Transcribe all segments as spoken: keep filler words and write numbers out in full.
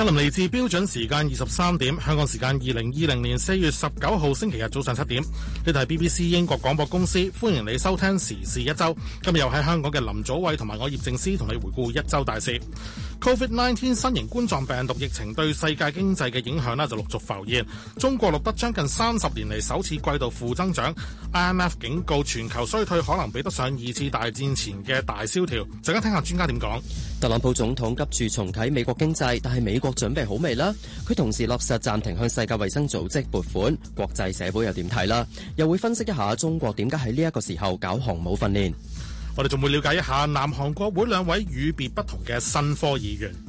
林嚟自標準時間二十三點，香港時間二零二零年四月十九號星期日早上七點。呢度係 B B C 英國廣播公司，歡迎你收聽時事一周。今日又喺香港嘅林祖偉同埋我葉正思同你回顧一周大事。Covid 十九 新型冠狀病毒疫情對世界經濟嘅影響呢就陸續浮現。中國錄得將近三十年嚟首次季度負增長。I M F 警告全球衰退可能比得上二次大戰前嘅大蕭條。陣間聽下專家點講。 特朗普總統急住重啟美國經濟，但係美國準備好未啦？佢同時落實暫停向世界衛生組織撥款，國際社會又點睇啦？又會分析一下中國點解喺呢一個時候搞航母訓練。 我哋仲會了解一下南韓國會兩位與別不同嘅新科議員。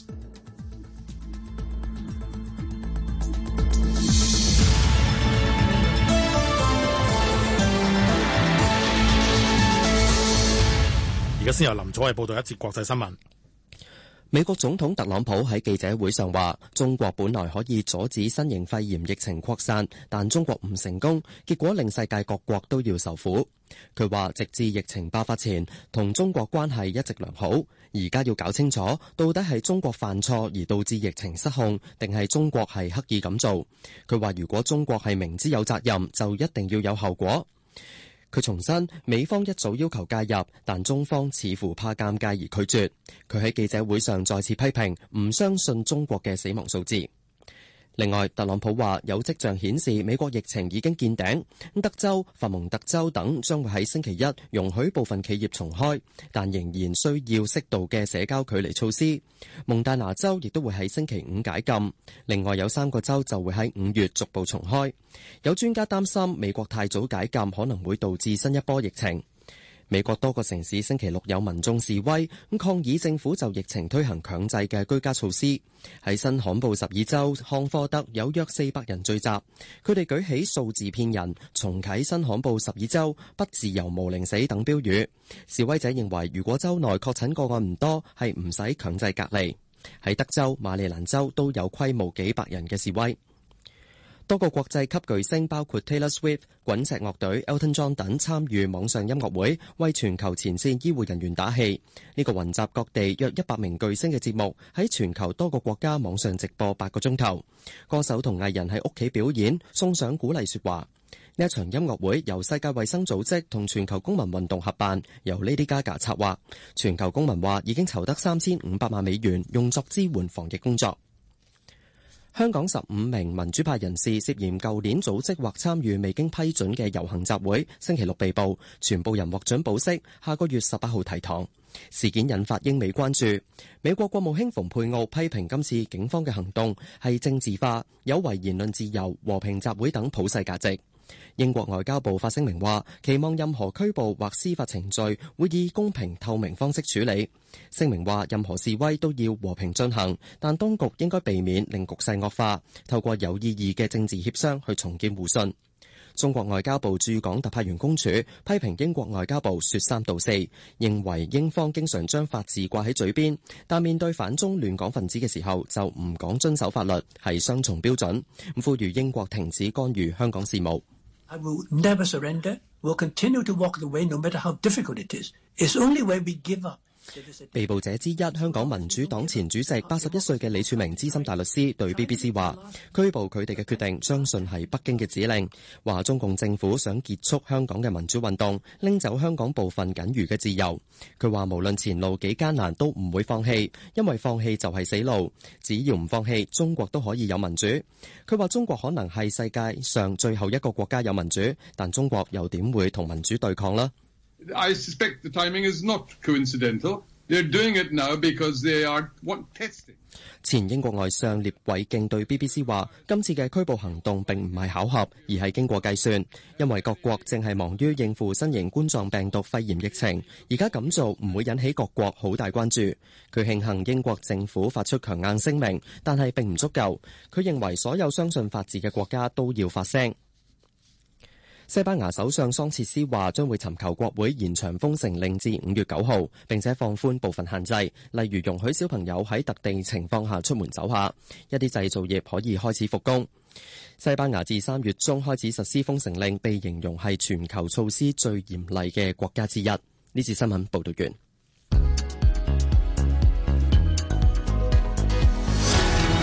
而家先由林祖偉報道一節國際新聞。 美國總統特朗普喺記者會上話，中國本來可以阻止新型肺炎疫情擴散，但中國唔成功，結果令世界各國都要受苦。佢話，直至疫情爆發前，同中國關係一直良好，而家要搞清楚，到底係中國犯錯而導致疫情失控，定係中國係刻意咁做。佢話，如果中國係明知有責任，就一定要有後果。佢重申，美方一早要求介入，但中方似乎怕尷尬而拒絕。佢喺記者會上再次批評，唔相信中國嘅死亡數字。另外，特朗普話有跡象顯示美國疫情已經見頂，德州、法蒙特州等將會喺星期一容許部分企業重開，但仍然需要適度嘅社交距離措施。蒙大拿州亦都會喺星期五解禁，另外有三個州就會喺五月逐步重開。有專家擔心美國太早解禁可能會導致新一波疫情。美國多個城市星期六有民眾示威，咁抗議政府就疫情推行強制嘅居家措施。喺新罕布什爾州康科德有約四百人聚集，佢哋舉起數字騙人、重啟新罕布什爾州、不自由無寧死等標語。示威者認為，如果州內確診個案唔多，係唔使強制隔離。喺德州、馬里蘭州都有規模幾百人嘅示威。多個國際級巨星，包括 Taylor Swift、滾石樂隊、Elton John 等參與網上音樂會，為全球前線醫護人員打氣。呢個雲集各地約一百名巨星嘅節目，喺全球多個國家網上直播八個鐘頭。歌手同藝人喺屋企表演，送上鼓勵說話。呢一場音樂會由世界衛生組織同全球公民運動合辦，由 Lady Gaga 策劃。全球公民話已經籌得三千五百萬美元，用作支援防疫工作。香港十五名民主派人士涉嫌舊年組織或參與未經批准嘅遊行集會，星期六被捕，全部人獲准保釋，下個月十八號提堂。事件引發英美關注。美國國務卿蓬佩奧批評今次警方嘅行動係政治化，有違言論自由、和平集會等普世價值。英國外交部發聲明話，期望任何拘捕或司法程序會以公平透明方式處理。聲明話，任何示威都要和平進行，但當局應該避免令局勢惡化，透過有意義嘅政治協商去重建互信。中國外交部駐港特派員公署批評英國外交部說三道四，認為英方經常將法治掛喺嘴邊，但面對反中亂港分子嘅時候就唔講遵守法律，係雙重標準。咁呼籲英國停止干預香港事務。 I will never surrender. We'll continue to walk the way, no matter how difficult it is. It's only when we give up. 被捕者之一，香港民主黨前主席八十一歲嘅李柱銘資深大律師對 B B C 話，拘捕佢哋嘅決定相信係北京嘅指令，話中共政府想結束香港嘅民主運動，拎走香港部分僅餘嘅自由。佢話無論前路幾艱難都唔會放棄，因為放棄就係死路，只要唔放棄，中國都可以有民主。佢話中國可能係世界上最後一個國家有民主，但中國又點會同民主對抗呢？ I suspect the timing is not coincidental. They're doing it now because they are want testing. 前英國外相聶偉敬對 B B C 話，今次嘅拘捕行動並唔係巧合，而係經過計算，因為各國正係忙於應付新型冠狀病毒肺炎疫情，而家咁做唔會引起各國好大關注。佢慶幸英國政府發出強硬聲明，但係並唔足夠。佢認為所有相信法治嘅國家都要發聲。西班牙首相桑切斯話將會尋求國會延長封城令至五月九號，並且放寬部分限制，例如容許小朋友喺特定情況下出門走下。一啲製造業可以開始復工。西班牙自三月中開始實施封城令，被形容係全球措施最嚴厲嘅國家之一。呢次新聞報道完。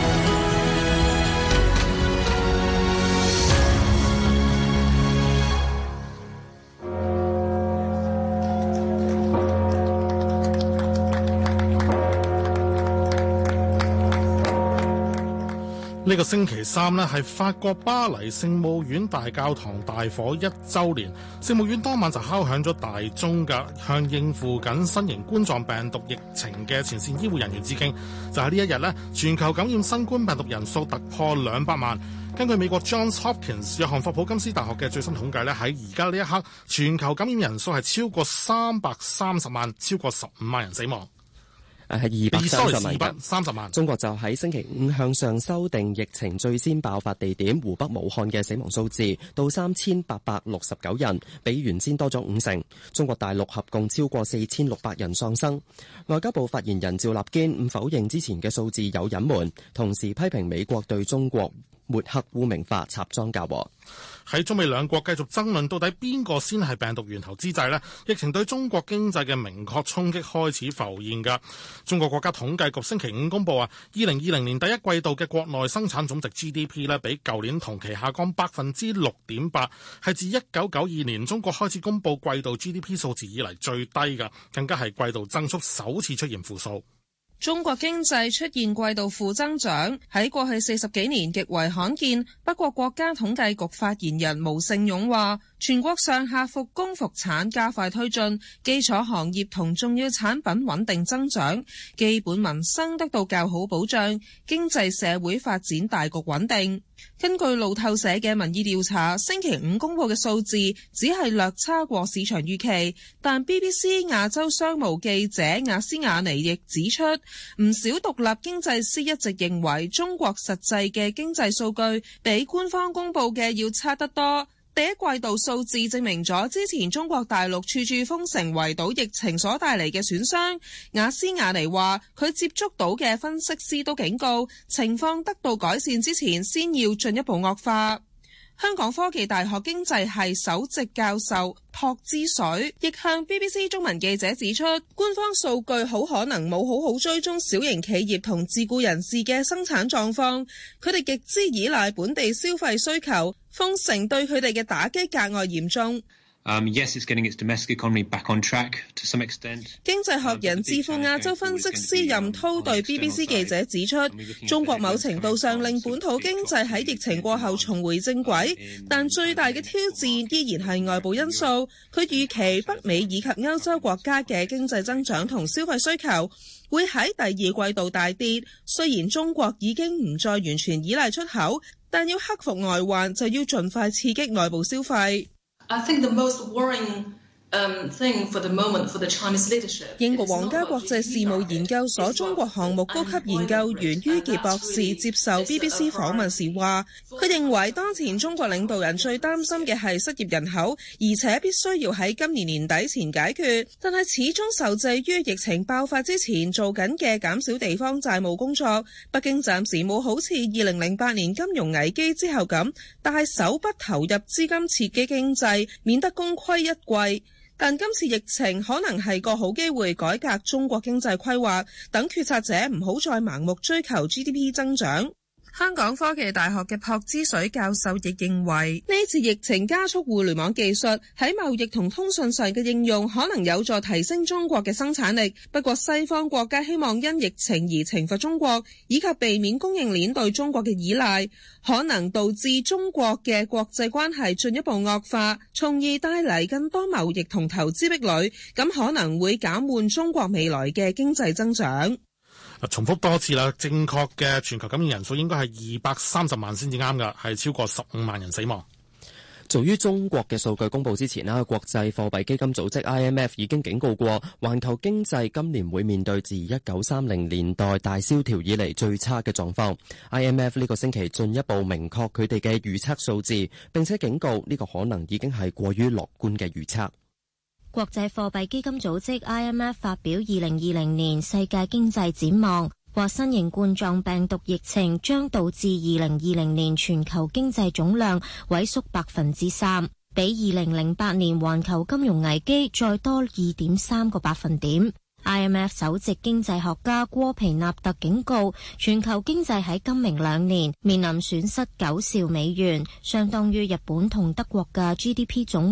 呢個星期三呢，係法國巴黎聖母院大教堂大火一週年，聖母院當晚就敲響咗大鐘㗎，向應付緊新型冠狀病毒疫情嘅前線醫護人員致敬。就喺呢一日呢，全球感染新冠病毒人數突破兩百萬。根據美國 Johns Hopkins 約翰霍普金斯大學嘅最新統計呢，喺而家呢一刻，全球感染人數係超過三百三十萬，超過十五萬人死亡。 誒係二百三十萬， 二百三十萬。 中國就喺星期五向上修訂疫情最先爆發地點湖北武漢嘅死亡數字到三千八百六十九人，比原先多咗五成。中國大陸合共超過四千六百人喪生。外交部發言人趙立堅唔否認之前嘅數字有隱瞞，同時批評美國對中國抹黑污名化、插贓嫁禍。 喺中美兩國繼續爭論到底邊個先係病毒源頭之際呢，疫情對中國經濟嘅明確衝擊開始浮現㗎。中國國家統計局星期五公佈啊，二零二零年第一季度嘅國內生產總值 G D P 呢，比舊年同期下降百分之六點八，係自一九九二年中國開始公佈季度 G D P 數字以嚟最低㗎，更加係季度增速首次出現負數。 中國經濟出現季度負增長，喺過去四十幾年極為罕見。不過國家統計局發言人毛盛勇話，全國上下復工復產加快推進，基礎行業同重要產品穩定增長，基本民生得到較好保障，經濟社會發展大局穩定。根據路透社嘅民意調查，星期五公佈嘅數字只係略差過市場預期，但 B B C 亞洲商務記者亞斯亞尼亦指出，唔少獨立經濟師一直認為中國實際嘅經濟數據比官方公佈嘅要差得多。第一季度數字證明咗之前中國大陸處處封城圍堵疫情所帶嚟嘅損傷。亞斯亞尼話，佢接觸到嘅分析師都警告，情況得到改善之前，先要進一步惡化。香港科技大學經濟系首席教授朴之水亦向 B B C 中文記者指出，官方數據好可能冇好好追蹤小型企業同自僱人士嘅生產狀況，佢哋極之依賴本地消費需求，封城對佢哋嘅打擊格外嚴重。 Um, yes, it's getting its domestic economy back on track to some extent. 經濟學人智庫亞洲分析師任濤對 B B C 記者指出，中國某程度上令本土經濟喺疫情過後重回正軌，但最大嘅挑戰依然係外部因素。佢預期北美以及歐洲國家嘅經濟增長同消費需求會喺第二季度大跌。雖然中國已經唔再完全依賴出口，但要克服外患就要盡快刺激內部消費。 I think the most worrying um, thing for the moment for the Chinese leadership. 英國皇家國際事務研究所中國項目高級研究員于傑博士接受 B B C 訪問時話，佢認為當前中國領導人最擔心嘅係失業人口，而且必須要喺今年年底前解決。但係始終受制於疫情爆發之前做緊嘅減少地方債務工作，北京暫時冇好似二零零八年金融危機之後咁大手筆投入資金刺激經濟，免得功虧一簣。但今次疫情可能係個好機會改革中國經濟規劃，等決策者唔好再盲目追求 G D P 增長。香港科技大學嘅朴之水教授亦認為，呢次疫情加速互聯網技術喺貿易同通訊上嘅應用，可能有助提升中國嘅生產力。不過西方國家希望因疫情而懲罰中國，以及避免供應鏈對中國嘅依賴，可能導致中國嘅國際關係進一步惡化，從而帶嚟更多貿易同投資壁壘，咁可能會減緩中國未來嘅經濟增長。 重複多次啦，正確嘅全球感染人數應該係二百三十萬先至啱㗎，係超過十五萬人死亡。 早於中國嘅數據公佈之前啦，國際貨幣基金組織 I M F 已經警告過，環球經濟今年會面對自一九三零年代大蕭條以嚟最差嘅狀況。I M F 呢個星期進一步明確佢哋嘅預測數字，並且警告呢個可能已經係過於樂觀嘅預測。 國際貨幣基金組織 I M F 發表二零二零年世界經濟展望，話新型冠狀病毒疫情將導致二零二零年全球經濟總量萎縮百分之三，比二零零八年環球金融危機再多二點三個百分點。I M F 首席經濟學家郭皮納特警告，全球經濟喺今明兩年面臨損失九兆美元，相當於日本同德國嘅 G D P 總和。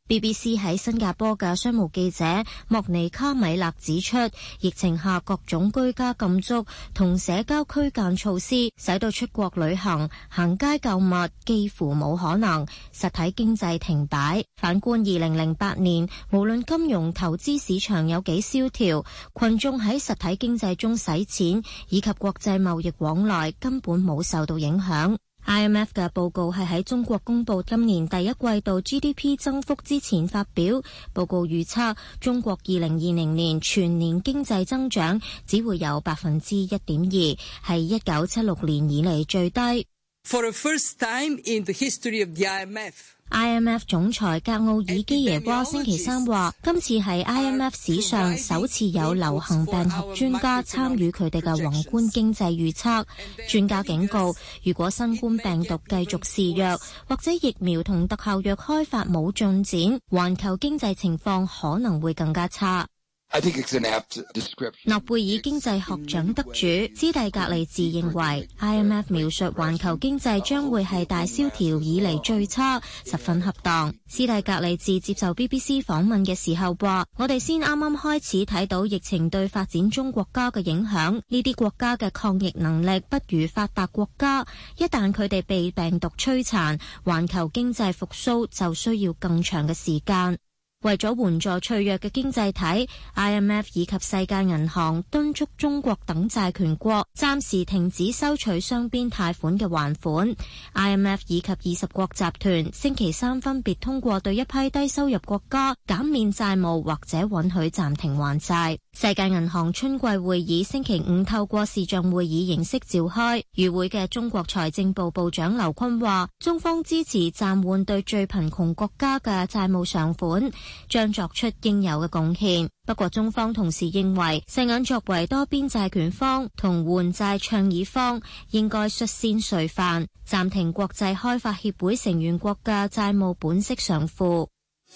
B B C 喺新加坡嘅商務記者莫尼卡米勒指出，疫情下各種居家禁足同社交區間措施，使到出國旅行、行街購物幾乎冇可能，實體經濟停擺。反觀二零零八年，無論金融投資市場有幾蕭條，群眾喺實體經濟中使錢以及國際貿易往來根本冇受到影響。I M F 嘅報告係喺中國公布今年第一季度 G D P 增幅之前發表。報告預測中國二零二零年全年經濟增長只會有百分之一點二，係一九七六年以嚟最低。 For the first time in the history of the I M F，I M F 總裁格奧爾基耶娃星期三話，今次係 I M F 史上首次有流行病學專家參與佢哋嘅宏觀經濟預測。專家警告，如果新冠病毒繼續肆虐，或者疫苗同特效藥開發冇進展，環球經濟情況可能會更加差。諾貝爾經濟學獎得主斯蒂格利治認為 I M F 描述環球經濟將會係大蕭條以嚟最差，十分恰當。斯蒂格利治接受 B B C 訪問嘅時候話，我哋先啱啱開始睇到疫情對發展中國家嘅影響，呢啲國家嘅抗疫能力不如發達國家，一旦佢哋被病毒摧殘，環球經濟復甦就需要更長嘅時間。為咗援助脆弱嘅經濟體， I M F 以及世界銀行敦促中國等債權國暫時停止收取雙邊貸款嘅還款。I M F 以及二十國集團星期三分別通過對一批低收入國家減免債務或者允許暫停還債。世界銀行春季會議星期五透過視像會議形式召開，與會嘅中國財政部部長劉昆話，中方支持暫緩對最貧窮國家嘅債務償款，將作出應有嘅貢獻。不過中方同時認為，世銀作為多邊債權方同換債倡議方，應該率先垂範，暫停國際開發協會成員國嘅債務本息償付。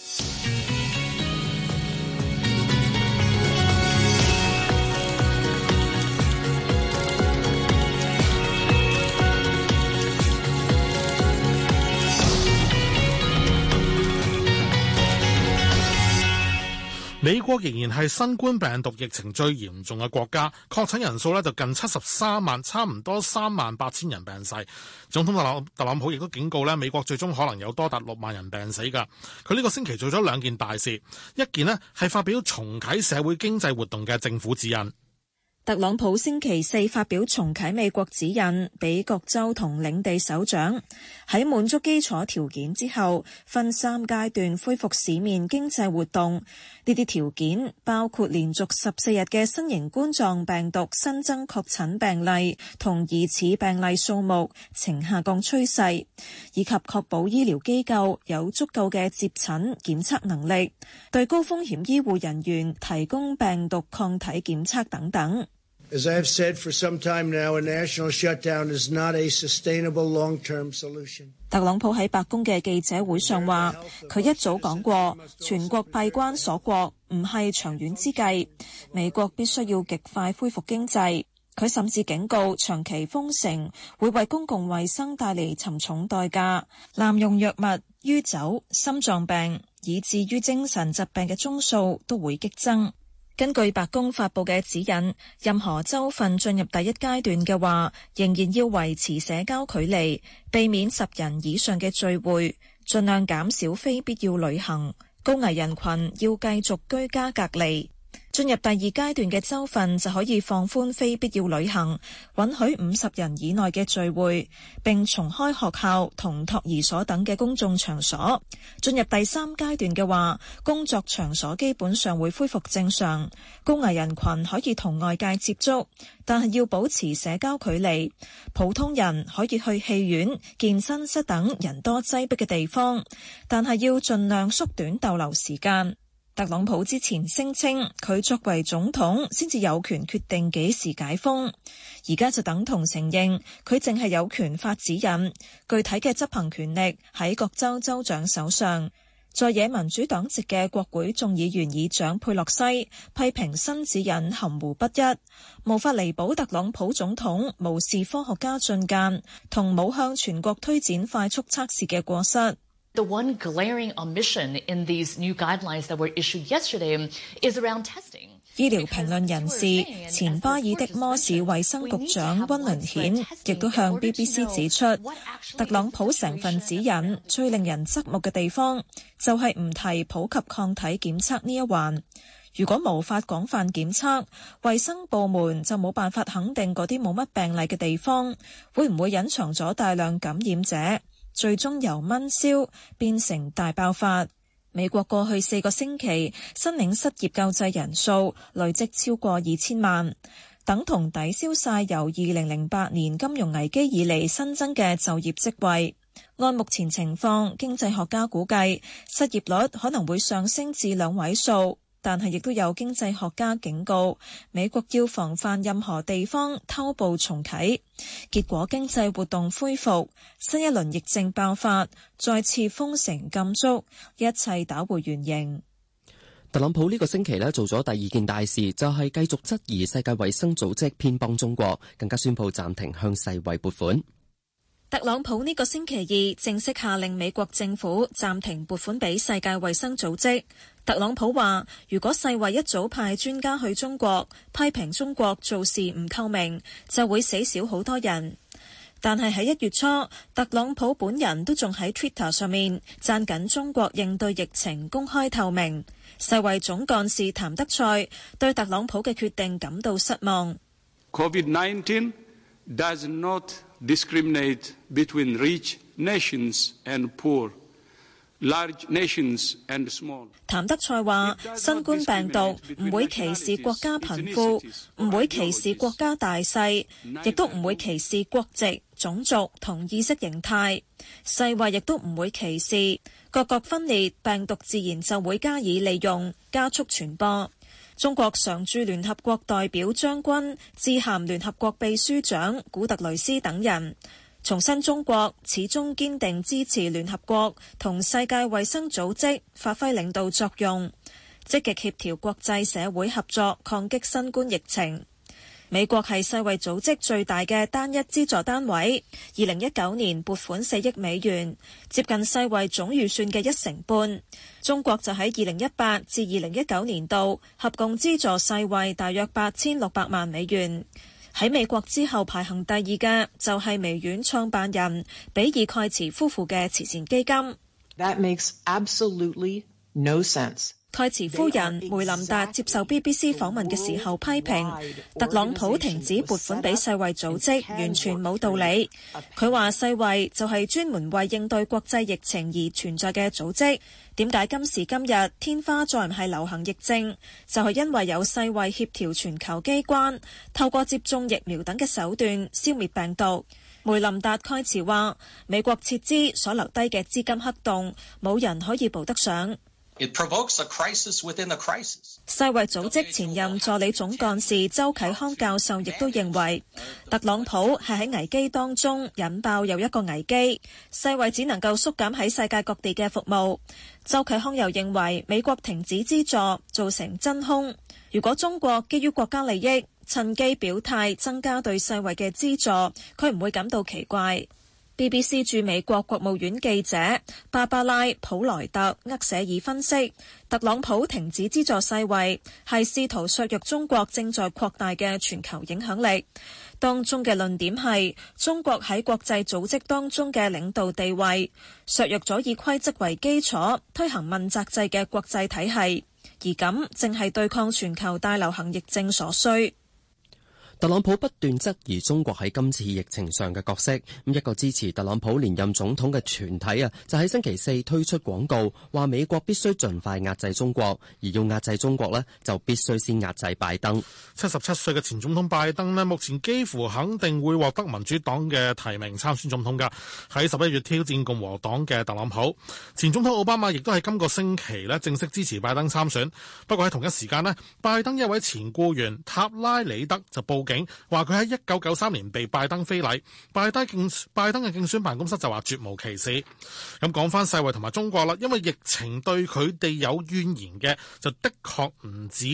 美國仍然係新冠病毒疫情最嚴重嘅國家，確診人數咧就近七十三萬，差唔多三萬八千人病逝。總統特朗特朗普亦都警告咧，美國最終可能有多達六萬人病死㗎。佢呢個星期做咗兩件大事，一件呢係發表重啟社會經濟活動嘅政府指引。 特朗普星期四發表重啟美國指引，俾各州同領地首長喺滿足基礎條件之後，分三階段恢復市面經濟活動。呢啲條件包括連續十四日嘅新型冠狀病毒新增確診病例同疑似病例數目呈下降趨勢，以及確保醫療機構有足夠嘅接診檢測能力，對高風險醫護人員提供病毒抗體檢測等等。 As I have said for some time now, a national shutdown is not a sustainable long-term solution. 特朗普喺白宮嘅記者會上話，佢一早講過，全國閉關鎖國唔係長遠之計，美國必須要極快恢復經濟。佢甚至警告，長期封城會為公共衛生帶嚟沉重代價，濫用藥物、酗酒、心臟病以至於精神疾病嘅宗數都會激增。根據白宮發佈嘅指引，任何州份進入第一階段嘅話，仍然要維持社交距離，避免十人以上嘅聚會，盡量減少非必要旅行，高危人群要繼續居家隔離。進入第二階段嘅州份就可以放寬非必要旅行，允許五十人以內嘅聚會，並重開學校同托兒所等嘅公眾場所。進入第三階段嘅話，工作場所基本上會恢復正常，高危人群可以同外界接觸，但係要保持社交距離。普通人可以去戲院、健身室等人多擠迫嘅地方，但係要盡量縮短逗留時間。特朗普之前聲稱佢作為總統先至有權決定幾時解封，而家就等同承認佢淨係有權發指引，具體嘅執行權力喺各州州長手上。在野民主黨籍嘅國會眾議員議長佩洛西批評新指引含糊不一，無法彌補特朗普總統無視科學家進諫同冇向全國推展快速測試嘅過失。 The one glaring omission in these new guidelines that were issued yesterday is around testing. 醫療評論人士、前巴爾的摩市衛生局長溫倫顯亦都向 B B C 指出，特朗普成份指引最令人側目嘅地方就係唔提普及抗體檢測呢一環。如果無法廣泛檢測，衛生部門就冇辦法肯定嗰啲冇乜病例嘅地方會唔會隱藏咗大量感染者，最終由悶燒變成大爆發。美國過去四個星期申領失業救濟人數累積超過二千萬，等同抵消晒由二零零八年金融危機以嚟新增嘅就業職位。按目前情況，經濟學家估計失業率可能會上升至兩位數。但係亦都有經濟學家警告，美國要防範任何地方偷步重啟，結果經濟活動恢復，新一輪疫症爆發，再次封城禁足，一切打回原形。 特朗普呢個星期呢做咗第二件大事，就係繼續質疑世界衛生組織偏幫中國，更加宣布暫停向世衛撥款。 特朗普呢個星期二正式下令美國政府暫停撥款俾世界衛生組織。特朗普話，如果世衛一早派專家去中國，批評中國做事唔透明，就會死少好多人。但係喺一月初，特朗普本人都仲喺 Twitter 上面讚緊中國應對疫情公開透明。世衛總幹事譚德塞對特朗普嘅決定感到失望。 COVID nineteen does not discriminate between rich nations and poor, large nations and small. 譚德塞話，新冠病毒唔會歧視國家貧富，唔會歧視國家大細，亦都唔會歧視國籍、種族同意識形態。世衛亦都唔會歧視，各國分裂，病毒自然就會加以利用，加速傳播。中國常駐聯合國代表張軍致函聯合國秘書長古特雷斯等人，重申中國始終堅定支持聯合國同世界衛生組織發揮領導作用，積極協調國際社會合作抗擊新冠疫情。美國係世衛組織最大嘅單一資助單位，二零一九年撥款四億美元，接近世衛總預算嘅一成半。中國就喺二零一八至二零一九年度合共資助世衛大約八千六百萬美元。喺美國之後排行第二嘅就係微軟創辦人比爾蓋茨夫婦嘅慈善基金。 That makes absolutely no sense. 蓋茨夫人梅琳達接受 B B C 訪問嘅時候批評特朗普停止撥款俾世衛組織完全冇道理。佢話世衛就係專門為應對國際疫情而存在嘅組織，點解今時今日天花再唔係流行疫症，就係因為有世衛協調全球機關透過接種疫苗等嘅手段消滅病毒。梅琳達蓋茨話，美國撤資所留低嘅資金黑洞，冇人可以補得上。 It provokes a crisis within a crisis. 世衛組織前任助理總幹事周啟康教授亦都認為，特朗普係喺危機當中引爆又一個危機，世衛只能夠縮減喺世界各地嘅服務。周啟康又認為，美國停止資助造成真空，如果中國基於國家利益趁機表態增加對世衛嘅資助，佢唔會感到奇怪。B B C 駐美國國務院記者芭芭拉·普萊特厄舍爾分析，特朗普停止資助世衛係試圖削弱中國正在擴大嘅全球影響力。當中嘅論點係中國喺國際組織當中嘅領導地位，削弱咗以規則為基礎推行問責制嘅國際體系，而咁正係對抗全球大流行疫症所需。 特朗普不斷質疑中國喺今次疫情上嘅角色。咁一個支持特朗普連任總統嘅團體啊，就喺星期四推出廣告，話美國必須盡快壓制中國，而要壓制中國呢，就必須先壓制拜登。 七十七歲嘅前總統拜登呢，目前幾乎肯定會獲得民主黨嘅提名參選總統㗎。喺十一月挑戰共和黨嘅特朗普，前總統奧巴馬亦都喺今個星期呢正式支持拜登參選。不過喺同一時間呢，拜登一位前僱員塔拉里德就報警話佢喺一九九三年被拜登非禮，拜登競拜登嘅競選辦公室就話絕無其事。咁講翻世衛同埋中國啦，因為疫情對佢哋有怨言嘅就的確唔止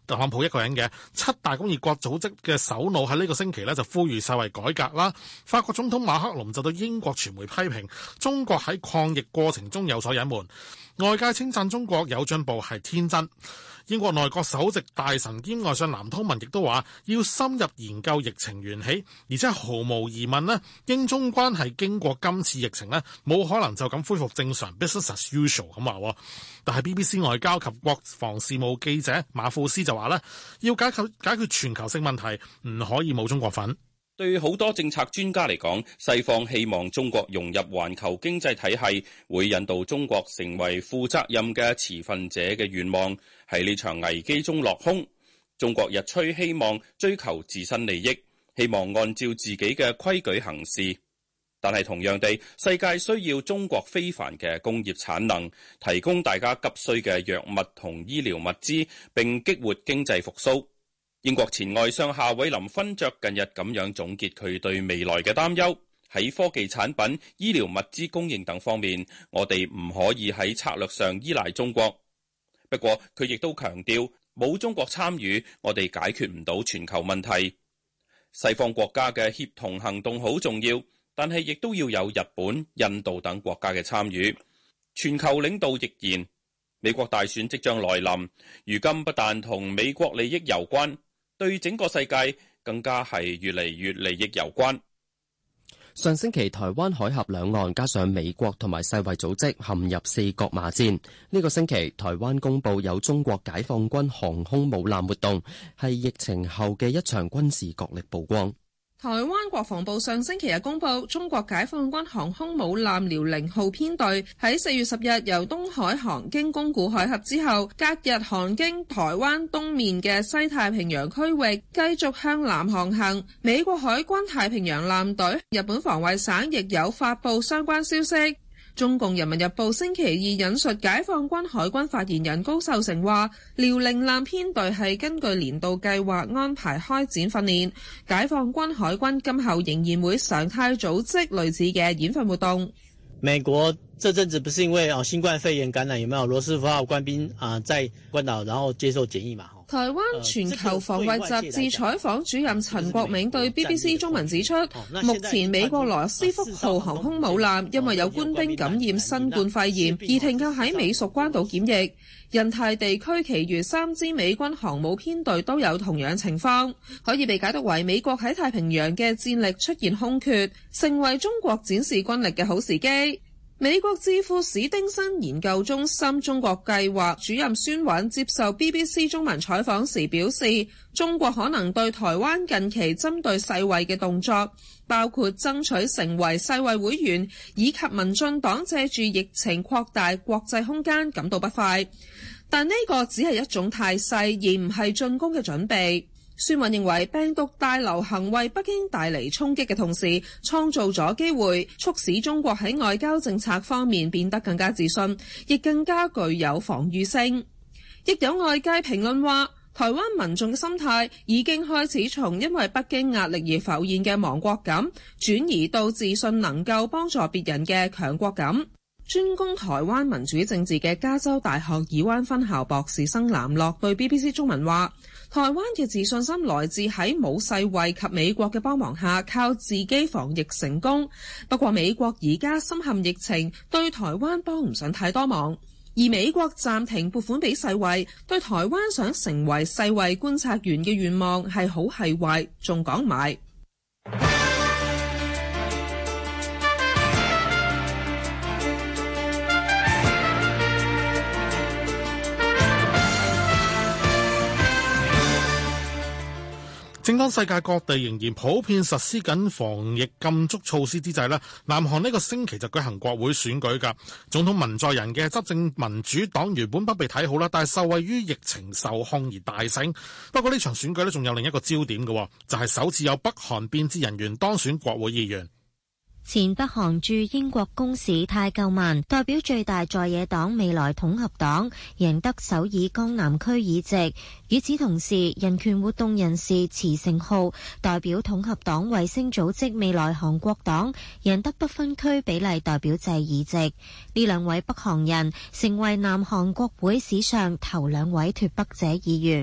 特朗普一個人嘅。七大工業國組織嘅首腦喺呢個星期呢就呼籲世衛改革啦。法國總統馬克龍就對英國傳媒批評中國喺抗疫過程中有所隱瞞，外界稱讚中國有進步係天真。英國內閣首席大臣兼外相藍韜文亦都話要深入研究疫情緣起，而且毫無疑問呢，英中關係經過今次疫情呢冇可能就咁恢復正常 business as usual 咁話。但係 B B C 外交及國防事務記者馬庫斯就話呢，要解決解決全球性問題唔可以冇中國份。 對好多政策專家嚟講，西方希望中國融入環球經濟體系，會引導中國成為負責任嘅持份者嘅願望，喺呢場危機中落空。中國日趨希望追求自身利益，希望按照自己嘅規矩行事。但係同樣地，世界需要中國非凡嘅工業產能，提供大家急需嘅藥物同醫療物資，並激活經濟復甦。英國前外相夏偉林勳爵近日咁樣總結佢對未來嘅擔憂：喺科技產品、醫療物資供應等方面，我哋唔可以喺策略上依賴中國。不過佢亦都強調，冇中國參與，我哋解決唔到全球問題。西方國家嘅協同行動好重要，但係亦都要有日本、印度等國家嘅參與。全球領導亦然。美國大選即將來臨，如今不但同美國利益有關，對整個世界更加係越嚟越利益有關。 上星期台灣海峽兩岸加上美國同埋世衛組織陷入四角罵戰。呢個星期台灣公布有中國解放軍航空母艦活動，係疫情後嘅一場軍事角力曝光。 台灣國防部上星期日公布，中國解放軍航空母艦遼寧號編隊喺四月十日由東海航經宮古海峽之後，隔日航經台灣東面嘅西太平洋區域，繼續向南航行。美國海軍太平洋艦隊、日本防衛省亦有發布相關消息。中共人民日報星期二引述解放軍海軍發言人高秀成話，遼寧艦編隊係根據年度計劃安排開展訓練，解放軍海軍今後仍然會常態組織類似嘅演訓活動。 美國這陣子不是因為啊新冠肺炎感染，有沒有羅斯福號官兵啊在關島然後接受檢疫嘛？ 台灣全球防衛雜誌採訪主任陳國銘對 B B C 中文指出，目前美國羅斯福號航空母艦因為有官兵感染新冠肺炎而停靠喺美屬關島檢疫。印太地區其餘三支美軍航母編隊都有同樣情況，可以被解讀為美國喺太平洋嘅戰力出現空缺，成為中國展示軍力嘅好時機。美國智庫史丁森研究中心中國計劃主任孫允接受 B B C 中文採訪時表示，中國可能對台灣近期針對世衛嘅動作，包括爭取成為世衛會員，以及民進黨借住疫情擴大國際空間感到不快。但呢個只係一種態勢，而唔係進攻嘅準備。孫允認為病毒大流行為北京帶嚟衝擊嘅同時，創造咗機會，促使中國喺外交政策方面變得更加自信，亦更加具有防禦性。亦有外界評論話，台灣民眾嘅心態已經開始從因為北京壓力而浮現嘅亡國感，轉移到自信能夠幫助別人嘅強國感。專攻台灣民主政治嘅加州大學爾灣分校博士生藍樂對 B B C 中文話，台灣嘅自信心來自喺冇世衛及美國嘅幫忙下，靠自己防疫成功。不過美國而家深陷疫情，對台灣幫唔上太多忙。而美國暫停撥款俾世衛，對台灣想成為世衛觀察員嘅願望係好係壞，仲講唔埋。 正當世界各地仍然普遍實施緊防疫禁足措施之際呢，南韓呢個星期就舉行國會選舉㗎。總統文在寅嘅執政民主黨原本不被睇好啦，但係受惠於疫情受控而大勝。不過呢場選舉呢，仲有另一個焦點嘅，就係首次有北韓變節人員當選國會議員。 前北韓駐英國公使泰救民代表最大在野黨未來統合黨贏得首爾江南區議席。與此同時，人權活動人士池成浩代表統合黨衛星組織未來韓國黨贏得不分區比例代表制議席。呢兩位北韓人成為南韓國會史上頭兩位脫北者議員。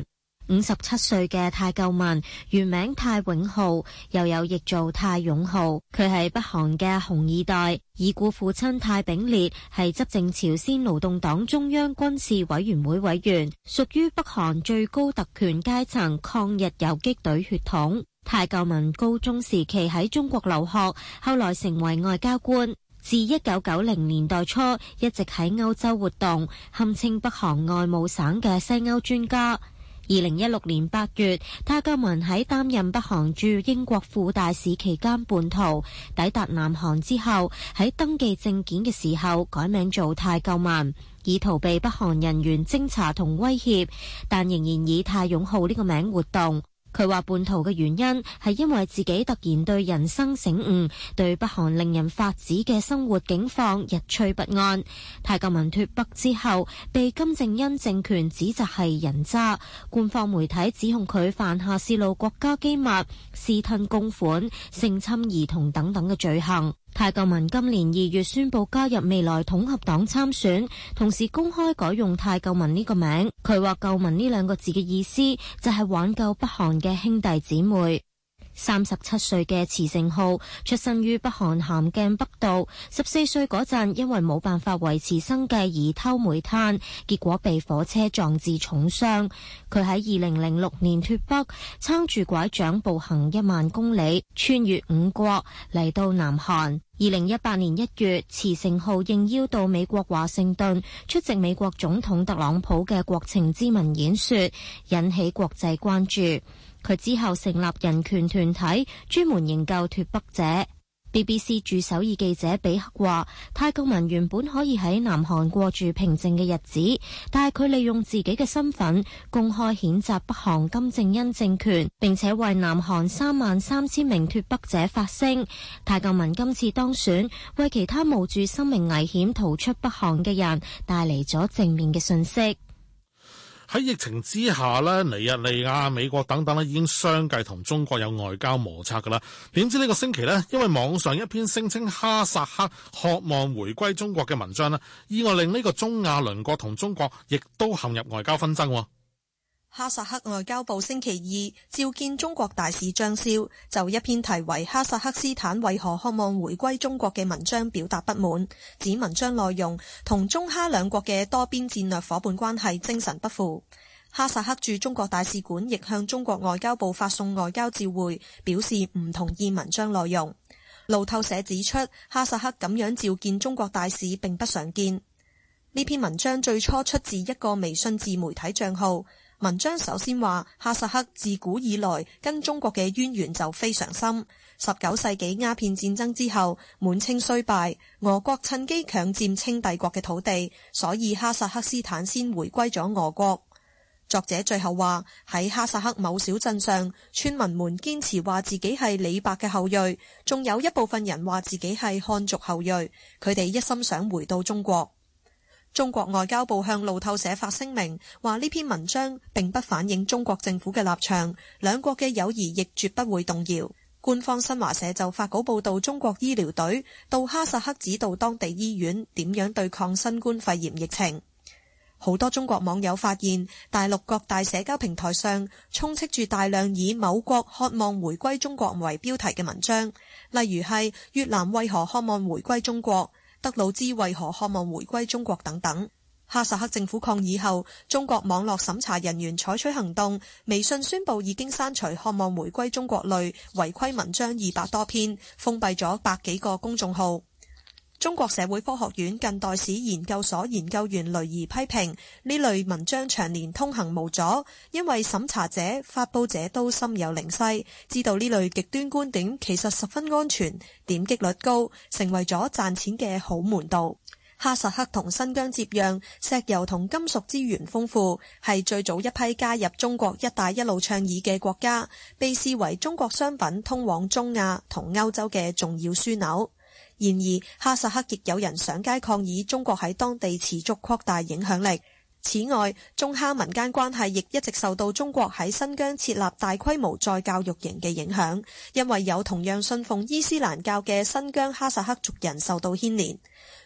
五十七歲嘅泰救民，原名泰永浩，又有譯做泰勇浩。佢係北韓嘅紅二代，已故父親泰炳烈係執政朝鮮勞動黨中央軍事委員會委員，屬於北韓最高特權階層抗日游擊隊血統。泰救民高中時期喺中國留學，後來成為外交官。自一九九零年代初一直喺歐洲活動，堪稱北韓外務省嘅西歐專家。二零一六年八月，泰救民喺擔任北韓駐英國副大使期間叛逃，抵達南韓之後，喺登記證件嘅時候改名做泰救民，以逃避北韓人員偵查同威脅，但仍然以泰勇浩呢個名活動。佢話叛逃嘅原因係因為自己突然對人生醒悟，對北韓令人髮指嘅生活境況日趨不安。泰救民脫北之後，被金正恩政權指責係人渣，官方媒體指控佢犯下泄露國家機密、私吞公款、性侵兒童等等嘅罪行。泰救民今年二月宣布加入未來統合黨參選，同時公開改用泰救民呢個名。佢話救民呢兩個字嘅意思就係挽救北韓嘅兄弟姊妹。三十七歲嘅池成浩出生於北韓咸鏡北道，十四歲嗰陣因為冇辦法維持生計而偷煤炭，結果被火車撞至重傷。佢喺二零零六年脫北，撐住拐杖步行一萬公里，穿越五國嚟到南韓。二零一八年一月，池成浩應邀到美國華盛頓出席美國總統特朗普嘅國情咨文演說，引起國際關注。佢之後成立人權團體，專門營救脫北者。B B C 駐首爾記者比克話，泰救民原本可以喺南韓過住平靜嘅日子，但係佢利用自己嘅身份公開譴責北韓金正恩政權，並且為南韓三萬三千名脫北者發聲。泰救民今次當選，為其他冒住生命危險逃出北韓嘅人帶嚟咗正面嘅信息。 喺疫情之下咧，尼日利亞、美國等等咧已經相繼同中國有外交摩擦噶啦。點知呢個星期咧，因為網上一篇聲稱哈薩克渴望回歸中國嘅文章咧，意外令呢個中亞鄰國同中國亦都陷入外交紛爭。 哈薩克外交部星期二召見中國大使張蕭，就一篇題為《哈薩克斯坦為何渴望回歸中國》嘅文章表達不滿，指文章內容同中哈兩國嘅多邊戰略夥伴關係精神不符。哈薩克駐中國大使館亦向中國外交部發送外交照會，表示唔同意文章內容。路透社指出，哈薩克咁樣召見中國大使並不常見。呢篇文章最初出自一個微信自媒體賬號。文章首先話，哈薩克自古以來跟中國嘅淵源就非常深。十九世紀鴉片戰爭之後，滿清衰敗，俄國趁機強佔清帝國嘅土地，所以哈薩克斯坦先回歸咗俄國。作者最後話，喺哈薩克某小鎮上，村民們堅持話自己係李白嘅後裔，仲有一部分人話自己係漢族後裔，佢哋一心想回到中國。中國外交部向路透社發聲明，話呢篇文章並不反映中國政府嘅立場，兩國嘅友誼亦絕不會動搖。官方新華社就發稿報道，中國醫療隊到哈薩克指導當地醫院點樣對抗新冠肺炎疫情。好多中國網友發現，大陸各大社交平台上充斥住大量以某國渴望回歸中國為標題嘅文章，例如係越南為何渴望回歸中國，德魯茲為何渴望回歸中國等等。哈薩克政府抗議後，中國網絡審查人員採取行動，微信宣布已經刪除渴望回歸中國類違規文章二百多篇，封閉咗百幾個公眾號。中國社會科學院近代史研究所研究員雷儀批評呢類文章長年通行無阻，因為審查者、發佈者都心有靈犀，知道呢類極端觀點其實十分安全，點擊率高，成為咗賺錢嘅好門道。哈薩克同新疆接壤，石油同金屬資源豐富，係最早一批加入中國一帶一路倡議嘅國家，被視為中國商品通往中亞同歐洲嘅重要樞紐。然而，哈薩克亦有人上街抗議中國喺當地持續擴大影響力。此外，中哈民間關係亦一直受到中國喺新疆設立大規模再教育營嘅影響，因為有同樣信奉伊斯蘭教嘅新疆哈薩克族人受到牽連。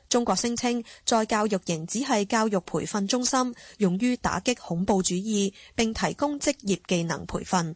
中國聲稱再教育營只係教育培訓中心，用於打擊恐怖主義，並提供職業技能培訓。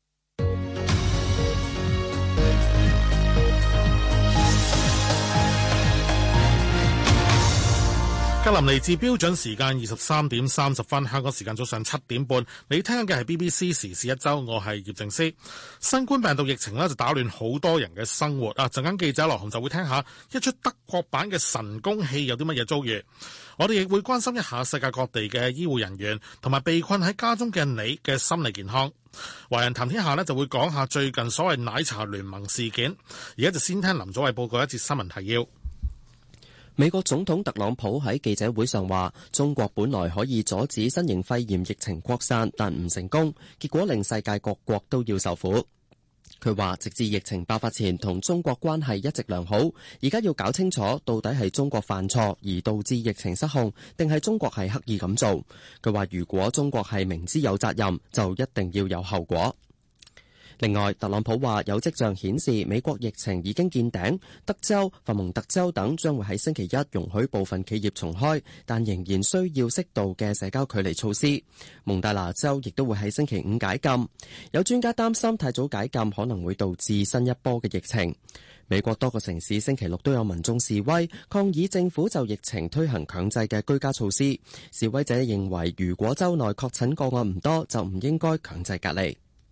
格林尼治標準時間二十三點三十分，香港時間早上七點半。你聽嘅係 B B C 時事一周，我係葉正思。新冠病毒疫情呢就打亂好多人嘅生活啊！陣間記者來鴻就會聽下一出德國版嘅神功戲有啲乜嘢遭遇。我哋亦會關心一下世界各地嘅醫護人員同埋被困喺家中嘅你嘅心理健康。華人談天下呢就會講下最近所謂奶茶聯盟事件。而家就先聽林祖偉報告一節新聞提要。 美國總統特朗普喺記者會上話，中國本來可以阻止新型肺炎疫情擴散，但唔成功，結果令世界各國都要受苦。佢話，直至疫情爆發前，同中國關係一直良好，而家要搞清楚到底係中國犯錯而導致疫情失控，定係中國係刻意咁做。佢話，如果中國係明知有責任，就一定要有後果。另外，特朗普話有跡象顯示美國疫情已經見頂，德州、佛蒙特州等將會喺星期一容許部分企業重開，但仍然需要適度嘅社交距離措施。蒙大拿州亦都會喺星期五解禁。有專家擔心太早解禁可能會導致新一波嘅疫情。美國多個城市星期六都有民眾示威，抗議政府就疫情推行強制嘅居家措施。示威者認為，如果州內確診個案唔多，就唔應該強制隔離。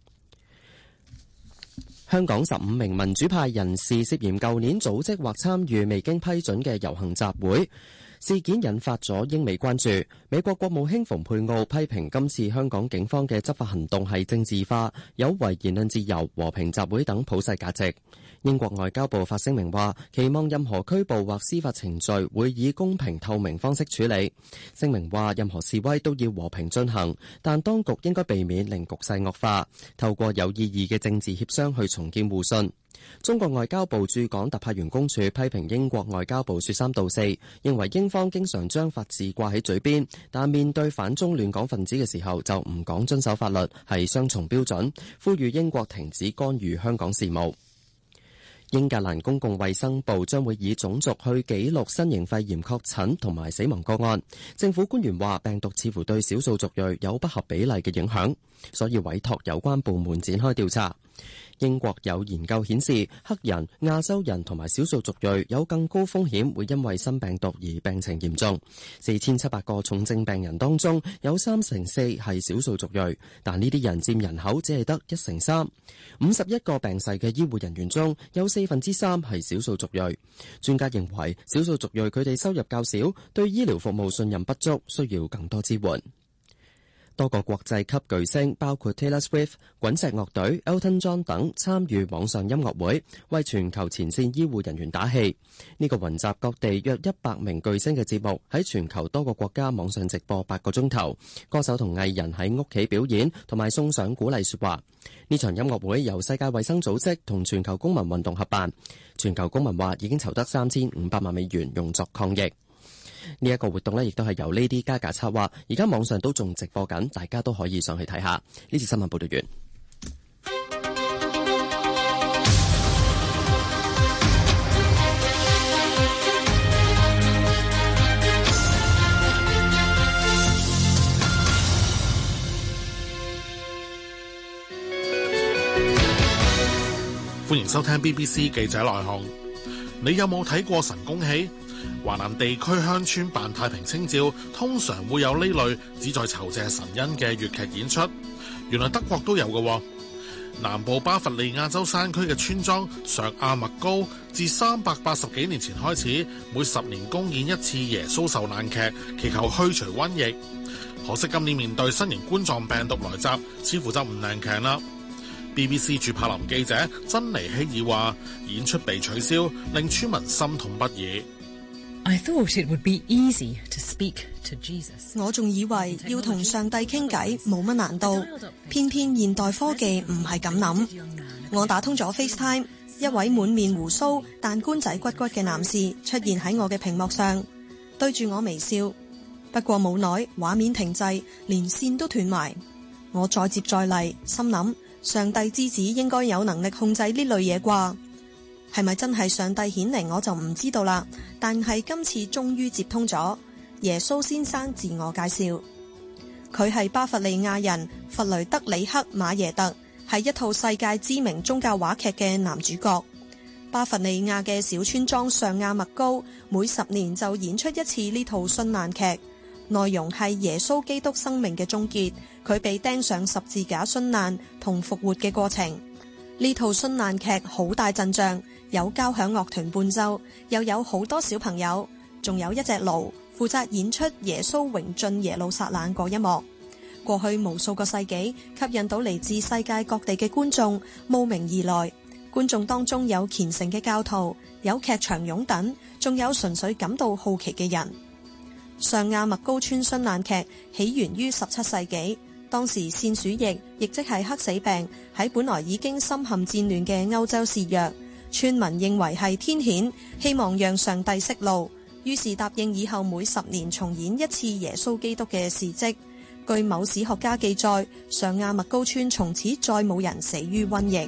香港十五名民主派人士涉嫌舊年組織或參與未經批准嘅遊行集會，事件引發咗英美關注。美國國務卿蓬佩奧批評今次香港警方嘅執法行動係政治化，有違言論自由、和平集會等普世價值。英國外交部發聲明話，期望任何拘捕或司法程序會以公平透明方式處理。聲明話，任何示威都要和平進行，但當局應該避免令局勢惡化，透過有意義嘅政治協商去重建互信。中國外交部駐港特派員公署批評英國外交部說三道四，認為英方經常將法治掛喺嘴邊，但面對反中亂港分子嘅時候就唔講遵守法律，係雙重標準，呼籲英國停止干預香港事務。英格蘭公共衛生部將會以種族去記錄新型肺炎確診同埋死亡個案。政府官員話，病毒似乎對少數族裔有不合比例嘅影響，所以委託有關部門展開調查。英國有研究顯示，黑人、亞洲人同埋少數族裔有更高風險會因為新病毒而病情嚴重。四千七百個重症病人當中，有三成四係少數族裔，但呢啲人佔人口只係得一成三。五十一個病逝嘅醫護人員中，有四分之三係少數族裔。專家認為，少數族裔佢哋收入較少，對醫療服務信任不足，需要更多支援。多個國際級巨星，包括 Taylor Swift、滾石樂隊、Elton John 等參與網上音樂會，為全球前線醫護人員打氣。呢個雲集各地約一百名巨星嘅節目喺全球多個國家網上直播八個鐘頭，歌手同藝人喺屋企表演同埋送上鼓勵說話。呢場音樂會由世界衛生組織同全球公民運動合辦，全球公民話已經籌得三千五百萬美元用作抗疫。呢一個活動呢，亦都係由 Lady Gaga 策劃，而家網上都仲直播緊，大家都可以上去睇下。呢次新聞報道完。 歡迎收聽 B B C 記者來鴻。你有冇睇過神功戲？華南地區鄉村扮太平清醮，通常會有呢類旨在酬謝神恩嘅粵劇演出。原來德國都有嘅。南部巴伐利亞州山區嘅村莊上亞麥高，自三百八十幾年前開始，每十年公演一次耶穌受難劇，祈求去除瘟疫。可惜今年面對新型冠狀病毒來襲，似乎就唔靚劇啦。B B C 駐柏林記者珍妮希爾話：演出被取消，令村民心痛不已。 I thought it would be easy to speak to Jesus. 我仲以為要同上帝傾偈冇乜難度，偏偏現代科技唔係咁諗。我打通咗 FaceTime， 一位滿面鬍鬚但官仔骨骨嘅男士出現喺我嘅屏幕上，對住我微笑。不過冇耐，畫面停滯，連線都斷埋。我再接再厲，心諗上帝之子應該有能力控制呢類嘢啩。 係咪真係上帝顯靈我就唔知道啦，但係今次終於接通咗。耶穌先生自我介紹，佢係巴伐利亞人弗雷德里克馬耶特，係一套世界知名宗教話劇嘅男主角。巴伐利亞嘅小村莊上亞麥高每十年就演出一次呢套殉難劇，內容係耶穌基督生命嘅終結，佢被釘上十字架殉難同復活嘅過程。呢套殉難劇好大陣仗，有交響樂團伴奏，又有好多小朋友，仲有一隻驢負責演出耶穌榮進耶路撒冷嗰一幕。過去無數個世紀，吸引到嚟自世界各地嘅觀眾慕名而來。觀眾當中有虔誠嘅教徒，有劇場擁躉，仲有純粹感到好奇嘅人。上亞麥高村殉難劇起源於十七世紀，當時腺鼠疫，亦即係黑死病，喺本來已經深陷戰亂嘅歐洲肆虐。村民認為係天譴，希望讓上帝息怒，於是答應以後每十年重演一次耶穌基督嘅事蹟。據某史學家記載，上亞麥高村從此再冇人死於瘟疫。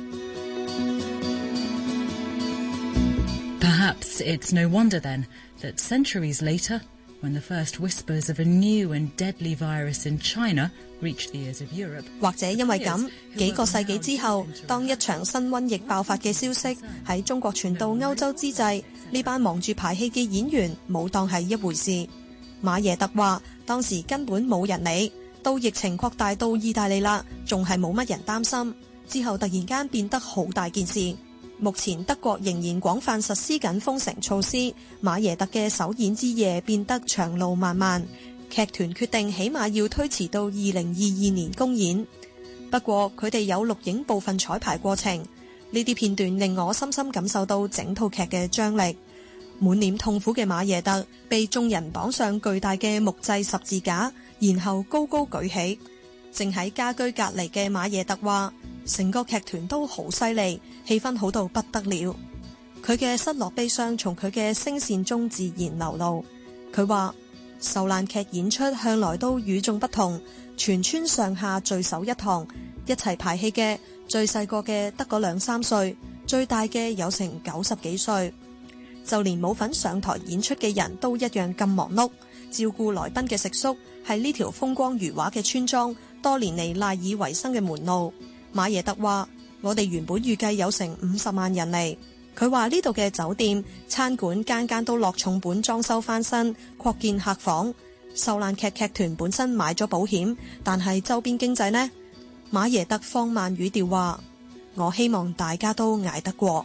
Perhaps it's no wonder then that centuries later, when the first whispers of a new and deadly virus in China reached the ears of Europe, 或者因為咁，幾個世紀之後，當一場新瘟疫爆發嘅消息喺中國傳到歐洲之際，呢班忙住排戲嘅演員冇當係一回事。馬耶特話：當時根本冇人理，到疫情擴大到意大利啦，仲係冇乜人擔心。之後突然間變得好大件事。目前德國仍然廣泛實施緊封城措施，馬耶特嘅首演之夜變得長路漫漫，劇團決定起碼要推遲到二零二二年公演。不過佢哋有錄影部分彩排過程，呢啲片段令我深深感受到整套劇嘅張力。滿臉痛苦嘅馬耶特被眾人綁上巨大嘅木製十字架，然後高高舉起。正喺家居隔離嘅馬耶特話：成個劇團都好犀利，氣氛好到不得了。佢嘅失落悲傷從佢嘅聲線中自然流露。佢話：受難劇演出向來都與眾不同，全村上下聚首一堂，一齊排戲嘅最細個嘅得嗰兩三歲，最大嘅有成九十幾歲。就連冇份上台演出嘅人都一樣咁忙碌，照顧來賓嘅食宿係呢條風光如畫嘅村莊多年嚟賴以為生嘅門路。馬耶特話：我哋原本預計有成五十萬人嚟。佢話呢度嘅酒店、餐館間間都落重本裝修翻新，擴建客房。受難劇劇團本身買咗保險，但係周邊經濟呢？馬耶特放慢語調話：我希望大家都捱得過。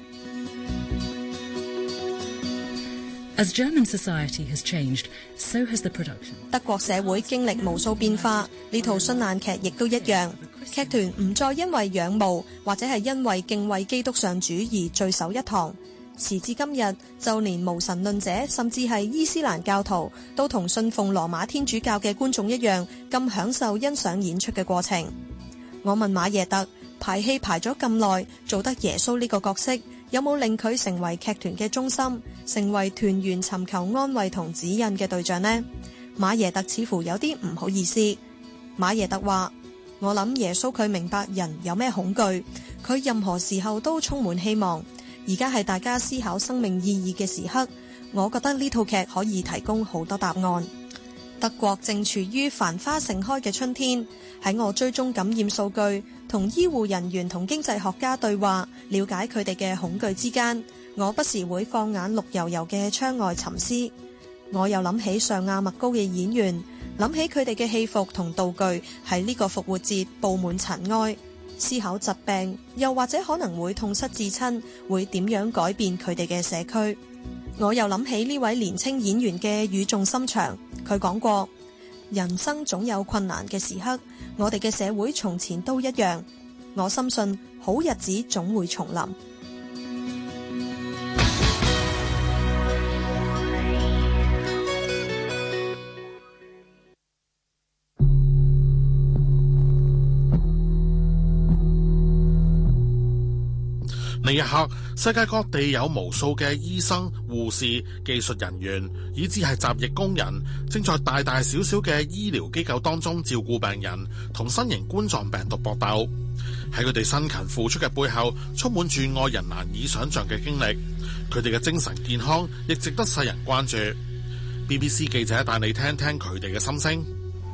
As German society has changed, so has the production. 德國社會經歷無數變化，呢套殉難劇亦都一樣。劇團唔再因為仰慕或者係因為敬畏基督上主而聚首一堂。時至今日，就連無神論者甚至係伊斯蘭教徒都同信奉羅馬天主教嘅觀眾一樣，咁享受欣賞演出嘅過程。我問馬耶特，排戲排咗咁耐，做得耶穌呢個角色，有冇令佢成為劇團嘅中心，成為團員尋求安慰同指引嘅對象呢？馬耶特似乎有啲唔好意思。馬耶特話：我諗耶穌佢明白人有咩恐懼，佢任何時候都充滿希望。而家係大家思考生命意義嘅時刻，我覺得呢套劇可以提供好多答案。德國正處於繁花盛開嘅春天，喺我追蹤感染數據，同醫護人員同經濟學家對話，了解佢哋嘅恐懼之間，我不時會放眼綠油油嘅窗外沉思。我又諗起上亞麥高嘅演員，諗起佢哋嘅戲服同道具喺呢個復活節佈滿塵埃，思考疾病，又或者可能會痛失至親，會點樣改變佢哋嘅社區。我又諗起呢位年輕演員嘅語重心長，佢講過：人生總有困難嘅時刻，我哋嘅社會從前都一樣。我深信好日子總會重臨。 呢一刻，世界各地有無數嘅醫生、護士、技術人員，以至係雜役工人，正在大大小小嘅醫療機構當中照顧病人，同新型冠狀病毒搏鬥。喺佢哋辛勤付出嘅背後，充滿住外人難以想像嘅經歷。佢哋嘅精神健康亦值得世人關注。B B C 記者帶你聽聽佢哋嘅心聲。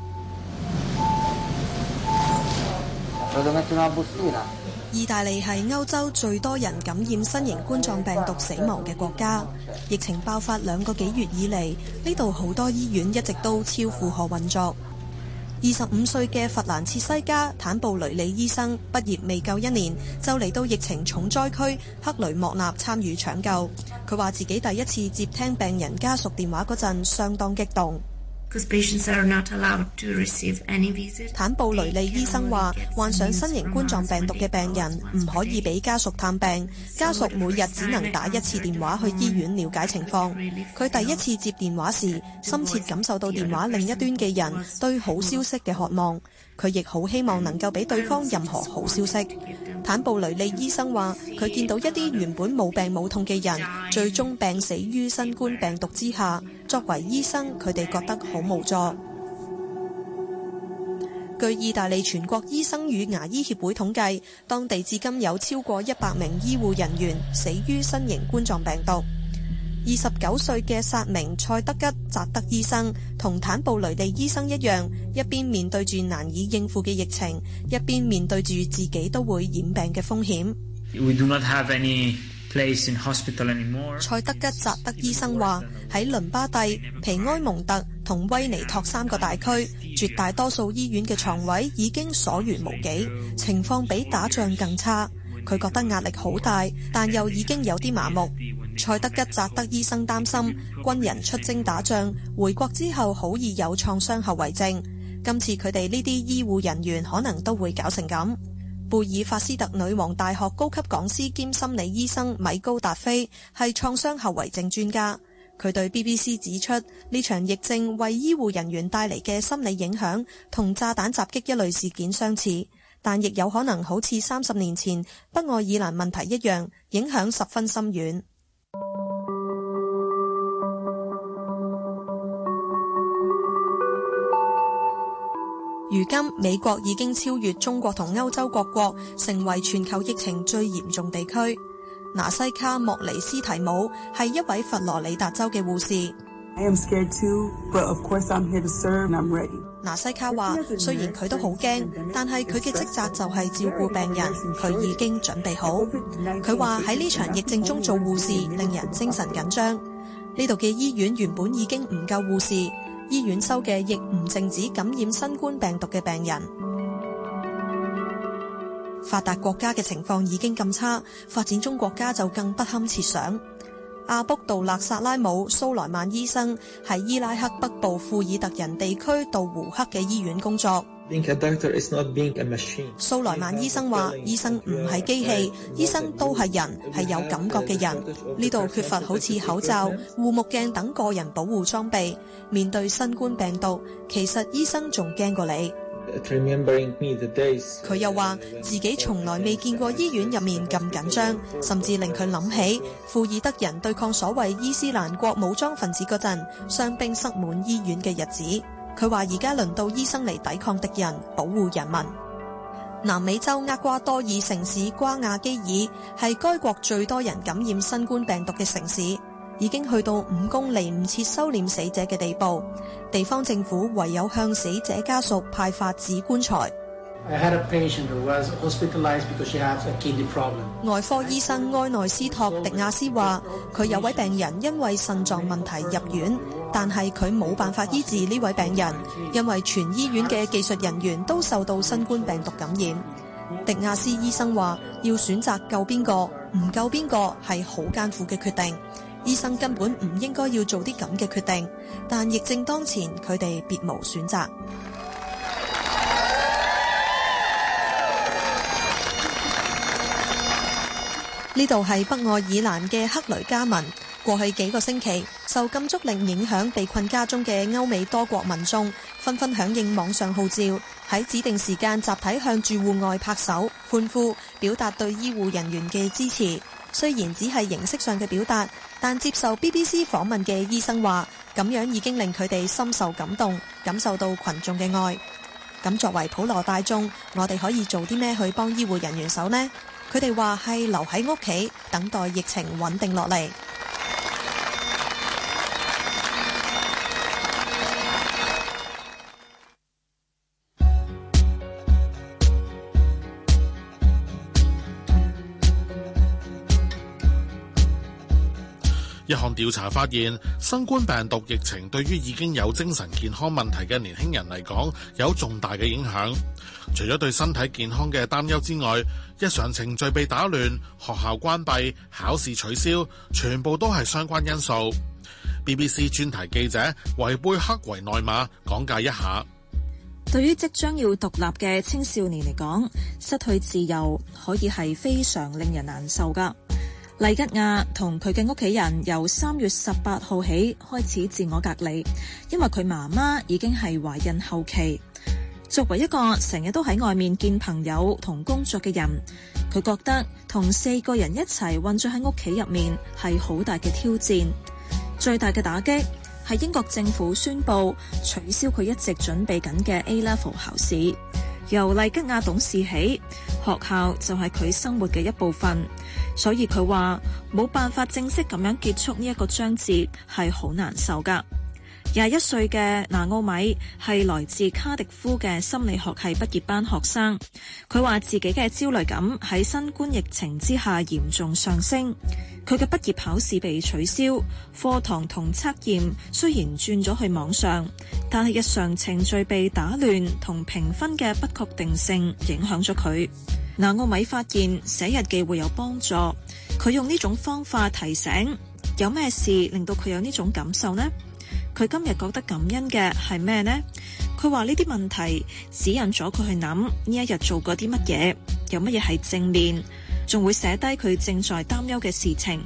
意大利係歐洲最多人感染新型冠狀病毒死亡嘅國家。疫情爆發兩個幾月以嚟，呢度好多醫院一直都超負荷運作。二十五歲嘅弗蘭切西加坦布雷利醫生畢業未夠一年，就嚟到疫情重災區克雷莫納參與搶救。佢話自己第一次接聽病人家屬電話嗰陣，相當激動。坦布雷利醫生話，患上新型冠狀病毒嘅病人唔可以俾家屬探病，家屬每日只能打一次電話去醫院了解情況。佢第一次接電話時，深切感受到電話另一端嘅人對好消息嘅渴望，佢亦好希望能夠俾對方任何好消息。坦布雷利醫生話，佢見到一啲原本冇病冇痛嘅人，最終病死於新冠病毒之下。作為醫生，佢哋覺得好無助。據意大利全國醫生與牙醫協會統計，當地至今有超過一百名醫護人員死於新型冠狀病毒。二十九歲嘅薩明塞德吉扎德醫生同坦布雷利醫生一樣，一邊面對住難以應付嘅疫情，一邊面對住自己都會染病嘅風險。 We do not have any place in hospital anymore. 塞德吉扎德醫生話，喺倫巴第、皮埃蒙特同威尼托三個大區，絕大多數醫院嘅床位已經所餘無幾，情況比打仗更差。佢覺得壓力好大，但又已經有啲麻木。塞德吉扎德醫生擔心軍人出征打仗，回國之後好易有創傷後遺症。今次佢哋呢啲醫護人員可能都會搞成咁。貝爾法斯特女王大學高級講師兼心理醫生米高達菲係創傷後遺症專家，佢對 B B C 指出，呢場疫症為醫護人員帶嚟嘅心理影響同炸彈襲擊一類事件相似，但亦有可能好似三十年前北愛爾蘭問題一樣，影響十分深遠。如今美國已經超越中國同歐洲各國，成為全球疫情最嚴重地區。拿西卡莫尼斯提姆係一位佛羅里達州嘅護士。 I am scared too, but of course I'm here to serve and I'm ready. 拿西卡話，雖然佢都好驚，但係佢嘅職責就係照顧病人，佢已經準備好。佢話喺呢場疫症中做護士令人精神緊張。呢度嘅醫院原本已經唔夠護士，醫院收嘅亦唔淨止感染新冠病毒嘅病人。發達國家嘅情況已經咁差，發展中國家就更不堪設想。阿卜杜勒薩拉姆蘇萊曼醫生喺伊拉克北部庫爾特人地區杜胡克嘅醫院工作。蘇萊曼醫生話，醫生唔係機器，醫生都係人，係有感覺嘅人。呢度缺乏好似口罩、護目鏡等個人保護裝備。面對新冠病毒，其實醫生仲驚過你。佢又話自己從來未見過醫院入面咁緊張，甚至令佢諗起庫爾德人對抗所謂伊斯蘭國武裝分子嗰陣，傷兵塞滿醫院嘅日子。佢話而家輪到醫生嚟抵抗敵人，保護人民。南美洲厄瓜多爾城市瓜亞基爾係該國最多人感染新冠病毒嘅城市，已經去到五公里唔切收斂死者嘅地步，地方政府唯有向死者家屬派發紙棺材。 I had a patient who was hospitalized because she has a kidney problem. 外科醫生埃內斯托迪亞斯話，佢有位病人因為腎臟問題入院，但係佢冇辦法醫治呢位病人，因為全醫院嘅技術人員都受到新冠病毒感染。迪亞斯醫生話，要選擇救邊個唔救邊個係好艱苦嘅決定。醫生根本唔應該要做啲咁嘅決定，但疫症當前，佢哋別無選擇。呢度係北愛爾蘭嘅克雷加文。過去幾個星期， 受禁足令影響被困家中嘅歐美多國民眾紛紛響應網上號召，喺指定時間集體向住戶外拍手歡呼，表達對醫護人員嘅支持。雖然只係形式上嘅表達，但接受 B B C 訪問嘅醫生話，咁樣已經令佢哋深受感動，感受到群眾嘅愛。咁作為普羅大眾，我哋可以做啲咩去幫醫護人員手呢？佢哋話係留喺屋企，等待疫情穩定落嚟。 一項調查發現，新冠病毒疫情對於已經有精神健康問題嘅年輕人嚟講，有重大嘅影響。除咗對身體健康嘅擔憂之外，日常程序被打亂、學校關閉、考試取消，全部都係相關因素。B B C 專題記者維貝克維內馬講解一下。 對於即將要獨立嘅青少年嚟講，失去自由可以係非常令人難受㗎。麗吉亞同佢嘅屋企人由三月十八號起開始自我隔離，因為佢媽媽已經係懷孕後期。作為一個成日都喺外面見朋友同工作嘅人，佢覺得同四個人一齊困咗喺屋企入面係好大嘅挑戰。最大嘅打擊係英國政府宣布取消佢一直準備緊嘅 A Level 考試。由麗吉亞董事起，學校就係佢生活嘅一部分，所以佢話冇辦法正式咁樣結束呢一個章節係好難受㗎。廿一歲嘅拿奧米係來自卡迪夫嘅心理學系畢業班學生，佢話自己嘅焦慮感喺新冠疫情之下嚴重上升。佢嘅畢業考試被取消，課堂同測驗雖然轉咗去網上，但係日常程序被打亂同評分嘅不確定性影響咗佢。拿奧米發現寫日記會有幫助，佢用呢種方法提醒有咩事令到佢有呢種感受呢？佢今日覺得感恩嘅係咩呢？佢話呢啲問題指引咗佢去諗呢一日做過啲乜嘢，有乜嘢係正面，仲會寫低佢正在擔憂嘅事情。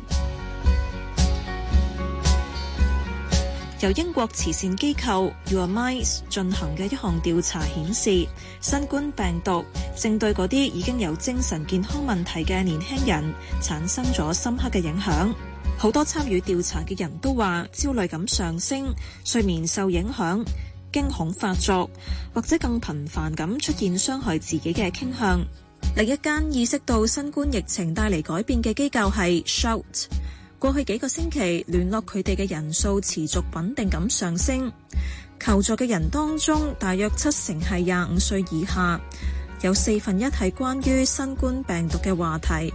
由英國慈善機構 Your Minds 進行嘅一項調查顯示，新冠病毒正對嗰啲已經有精神健康問題嘅年輕人產生咗深刻嘅影響。好多參與調查嘅人都話焦慮感上升、睡眠受影響、驚恐發作，或者更頻繁咁出現傷害自己嘅傾向。另一間意識到新冠疫情帶嚟改變嘅機構係 Shout。過去幾個星期聯絡佢哋嘅人數持續穩定咁上升，求助嘅人當中大約七成係廿五歲以下，有四分一係關於新冠病毒嘅話題。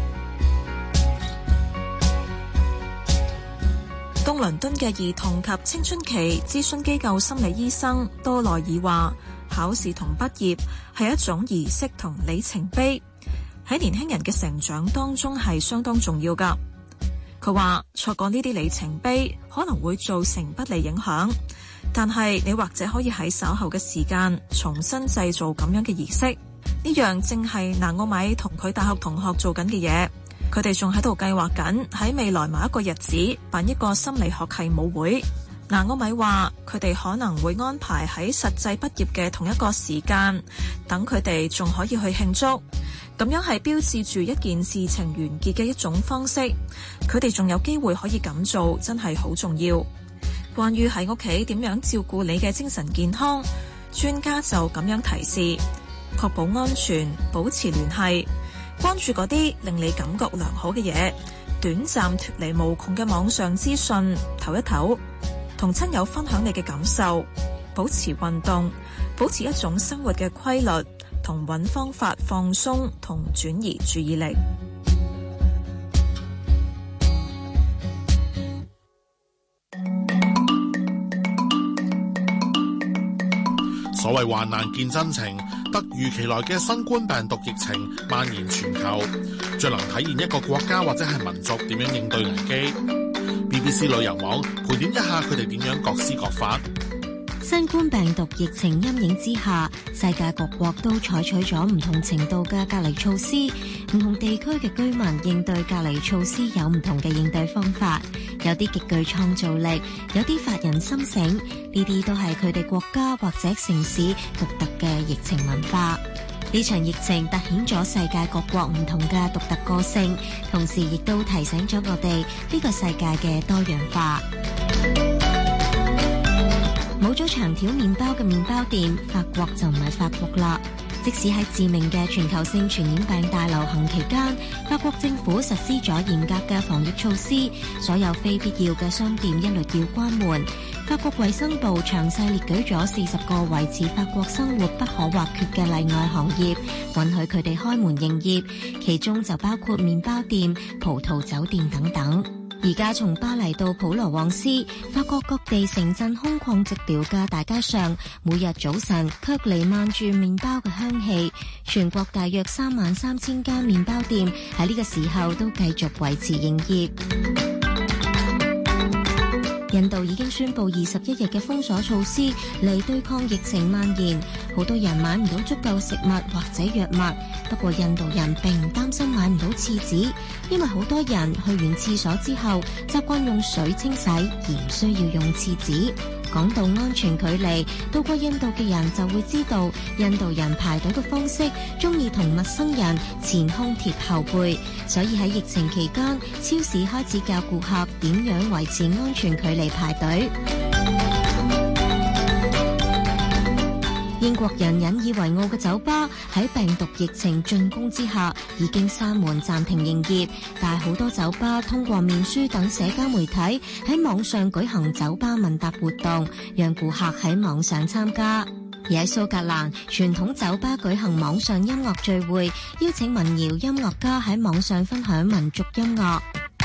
東倫敦嘅兒童及青春期諮詢機構心理醫生多萊爾話，考試同畢業係一種儀式同里程碑，喺年輕人嘅成長當中係相當重要㗎。佢話錯過呢啲里程碑可能會造成不利影響，但係你或者可以喺稍後嘅時間重新製造咁樣嘅儀式。呢樣正係拿奧米同佢大學同學做緊嘅嘢。佢哋仲喺度計劃緊喺未來某一個日子辦一個心理學系舞會。拿奧米話佢哋可能會安排喺實際畢業嘅同一個時間，等佢哋仲可以去慶祝，咁樣係標誌住一件事情完結嘅一種方式。佢哋仲有機會可以咁做，真係好重要。關於喺屋企點樣照顧你嘅精神健康，專家就咁樣提示：確保安全，保持聯繫，關注嗰啲令你感覺良好嘅嘢，短暫脫離無窮嘅網上資訊，唞一唞，同親友分享你嘅感受，保持運動，保持一種生活嘅規律，同揾方法放鬆同轉移注意力。 所謂患難見真情，突如其來嘅新冠病毒疫情蔓延全球，最能體現一個國家或者係民族點樣應對危機。B B C 旅遊網盤點一下佢哋點樣各施各法。 新冠病毒疫情陰影之下，世界各國都採取咗唔同程度嘅隔離措施，唔同地區嘅居民應對隔離措施有唔同嘅應對方法，有啲極具創造力，有啲發人深省，呢啲都係佢哋國家或者城市獨特嘅疫情文化。呢場疫情凸顯咗世界各國唔同嘅獨特個性，同時亦都提醒咗我哋呢個世界嘅多樣化。冇咗長條麵包嘅麵包店，法國就唔係法國啦。即使喺致命嘅全球性傳染病大流行期間，法國政府實施咗嚴格嘅防疫措施，所有非必要嘅商店一律要關門。法國衛生部詳細列舉咗四十個維持法國生活不可或缺嘅例外行業，允許佢哋開門營業，其中就包括麵包店、葡萄酒店等等。而家從巴黎到普羅旺斯，法國各地城鎮空曠寂寥嘅大街上，每日早晨卻彌漫住麵包嘅香氣。全國大約三萬三千間麵包店喺呢個時候都繼續維持營業。印度已經宣布二十一日嘅封鎖措施嚟對抗疫情蔓延，好多人買唔到足夠食物或者藥物。不過印度人並唔擔心買唔到廁紙，因為好多人去完廁所之後習慣用水清洗，而唔需要用廁紙。講到安全距離，到過印度嘅人就會知道，印度人排隊嘅方式中意同陌生人前胸貼後背，所以喺疫情期間，超市開始教顧客點樣維持安全距離排隊。英國人引以為傲嘅酒吧喺病毒疫情進攻之下已經閂門暫停營業，但係好多酒吧通過面書等社交媒體喺網上舉行酒吧問答活動，讓顧客喺網上參加。而喺蘇格蘭，傳統酒吧舉行網上音樂聚會，邀請民謠音樂家喺網上分享民族音樂。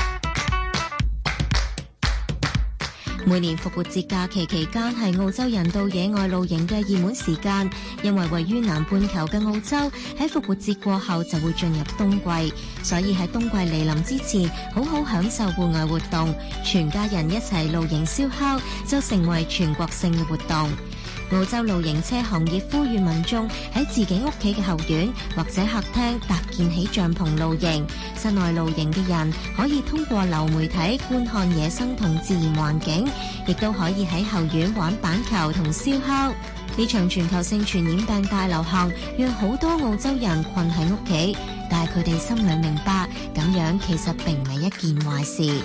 每年復活節假期期間係澳洲人到野外露營嘅熱門時間，因為位於南半球嘅澳洲喺復活節過後就會進入冬季，所以喺冬季嚟臨之前，好好享受戶外活動，全家人一齊露營燒烤就成為全國性嘅活動。澳洲露營車行業呼籲民眾喺自己屋企嘅後院或者客廳搭建起帳篷露營，室內露營嘅人可以通過流媒體觀看野生同自然環境，亦都可以喺後院玩板球同燒烤。呢場全球性傳染病大流行讓好多澳洲人困喺屋企，但係佢哋心裏明白，咁樣其實並唔係一件壞事。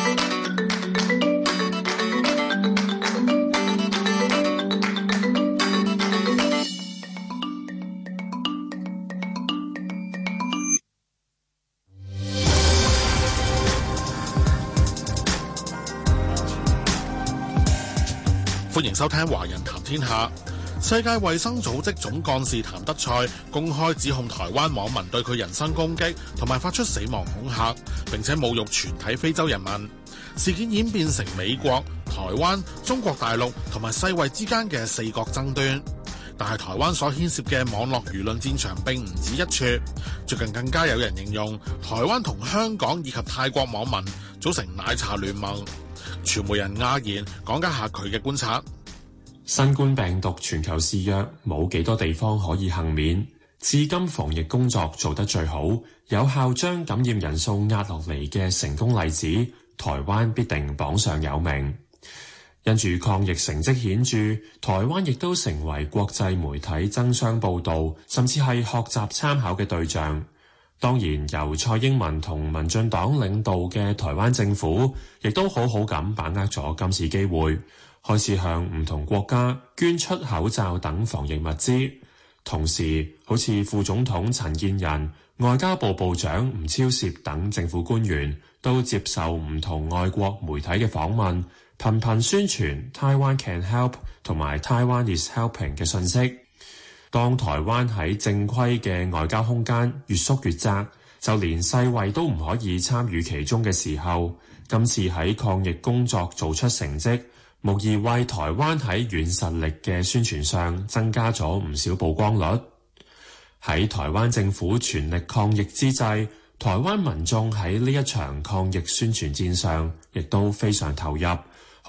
歡迎收聽華人談天下。世界衛生組織總幹事譚德塞公開指控台灣網民對佢人身攻擊，同埋發出死亡恐嚇，並且侮辱全體非洲人民。事件演變成美國、台灣、中國大陸同埋世衛之間嘅四國爭端。但係台灣所牽涉嘅網絡輿論戰場並唔止一處，最近更加有人形容台灣同香港以及泰國網民組成奶茶聯盟。傳媒人亞言講解下佢嘅觀察。 新冠病毒全球肆虐，冇幾多地方可以幸免。至今防疫工作做得最好，有效將感染人數壓落嚟嘅成功例子，台灣必定榜上有名。因住抗疫成績顯著，台灣亦都成為國際媒體爭相報導，甚至係學習參考嘅對象。當然，由蔡英文同民進黨領導嘅台灣政府，亦都好好咁把握咗今次機會，開始向唔同國家捐出口罩等防疫物資。同時，好似副總統陳建仁、外交部部長吳釗燮等政府官員，都接受唔同外國媒體嘅訪問，頻頻宣傳 Taiwan can help 同埋 Taiwan is helping 嘅信息。當台灣喺正規嘅外交空間越縮越窄，就連世衛都唔可以參與其中嘅時候，今次喺抗疫工作做出成績，無疑為台灣喺軟實力嘅宣傳上增加咗唔少曝光率。喺台灣政府全力抗疫之際，台灣民眾喺呢一場抗疫宣傳戰上亦都非常投入，好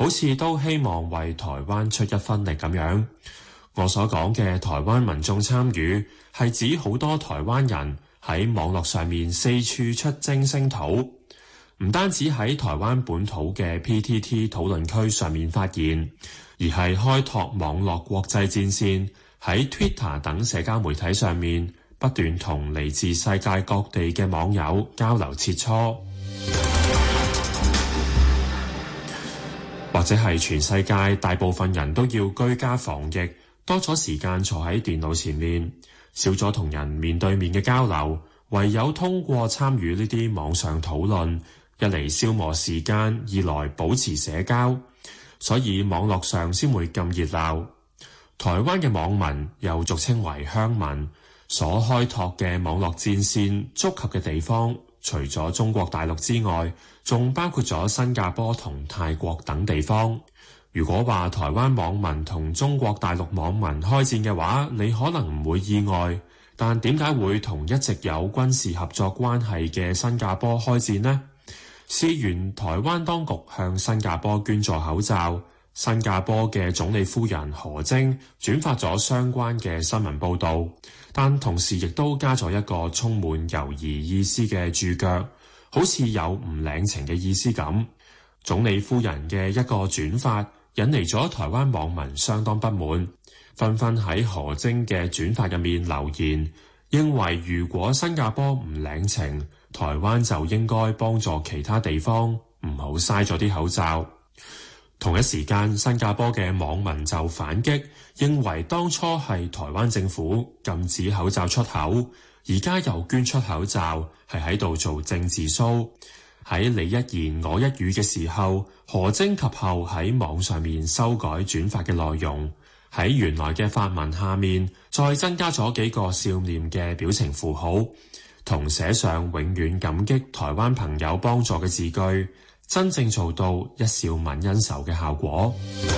好似都希望為台灣出一分力咁樣。我所講嘅台灣民眾參與，係指好多台灣人喺網絡上面四處出征聲討，唔單止喺台灣本土嘅 P T T 討論區上面發言，而係開拓網絡國際戰線，喺 Twitter 等社交媒體上面不斷同嚟自世界各地嘅網友交流切磋，或者係全世界大部分人都要居家防疫，多咗時間坐喺電腦前面，少咗同人面對面嘅交流，唯有通過參與呢啲網上討論，一嚟消磨時間，二來保持社交，所以網絡上先會咁熱鬧。台灣嘅網民又俗稱為鄉民，所開拓嘅網絡戰線觸及嘅地方，除咗中國大陸之外，仲包括咗新加坡同泰國等地方。如果話台灣網民同中國大陸網民開戰嘅話，你可能唔會意外，但點解會同一直有軍事合作關係嘅新加坡開戰呢？事緣台灣當局向新加坡捐助口罩，新加坡嘅總理夫人何晶轉發咗相關嘅新聞報導，但同時亦都加咗一個充滿猶疑意思嘅註腳，好似有唔領情嘅意思咁。總理夫人嘅一個轉發引嚟咗台灣網民相當不滿，紛紛喺何晶嘅轉發入面留言，認為如果新加坡唔領情，台灣就應該幫助其他地方，唔好嘥咗啲口罩。同一時間，新加坡嘅網民就反擊，認為當初係台灣政府禁止口罩出口，而家又捐出口罩，係喺度做政治 show。喺你一言我一語嘅時候，何晶及後喺網上面修改轉發嘅內容，喺原來嘅發文下面再增加咗幾個笑臉嘅表情符號，同寫上永遠感激台灣朋友幫助嘅字句，真正做到一笑泯恩仇嘅效果。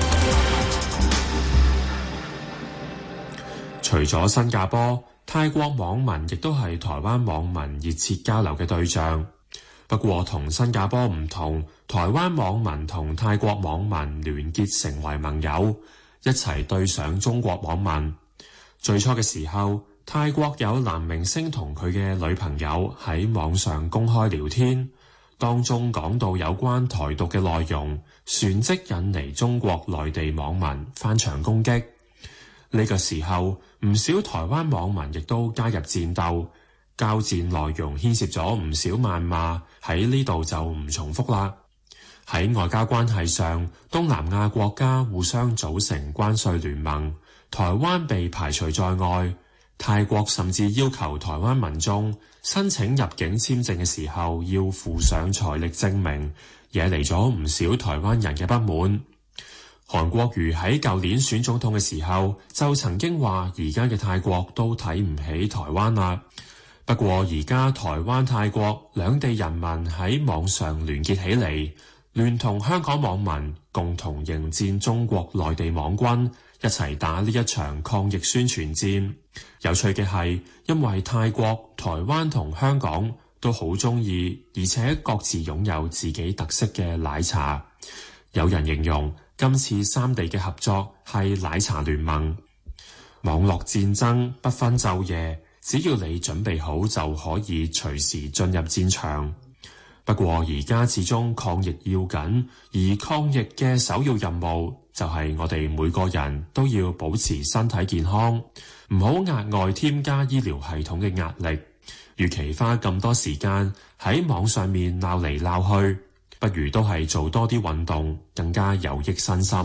除咗新加坡，泰國網民亦都係台灣網民熱切交流嘅對象。不過同新加坡唔同，台灣網民同泰國網民聯結成為盟友，一齊對上中國網民。最初嘅時候，泰國有男明星同佢嘅女朋友喺網上公開聊天，當中講到有關台獨嘅內容，旋即引嚟中國內地網民翻牆攻擊。呢個時候，唔少台灣網民亦都加入戰鬥。交戰內容牽涉咗唔少謾罵，喺呢度就唔重複啦。喺外交關係上，東南亞國家互相組成關稅聯盟，台灣被排除在外。泰國甚至要求台灣民眾申請入境簽證嘅時候要附上財力證明，惹嚟咗唔少台灣人嘅不滿。韓國瑜喺舊年選總統嘅時候就曾經話，而家嘅泰國都睇唔起台灣啦。不過而家台灣泰國兩地人民喺網上聯結起嚟，聯同香港網民共同迎戰中國內地網軍，一齊打呢一場抗疫宣傳戰。有趣嘅係，因為泰國、台灣同香港都好中意，而且各自擁有自己特色嘅奶茶。有人形容今次三地嘅合作係奶茶聯盟。網絡戰爭不分晝夜，只要你準備好就可以隨時進入戰場。不過而家始終抗疫要緊，而抗疫嘅首要任務就係我哋每個人都要保持身體健康，唔好額外添加醫療系統嘅壓力。與其花咁多時間喺網上面鬧嚟鬧去，不如都係做多啲運動，更加有益身心。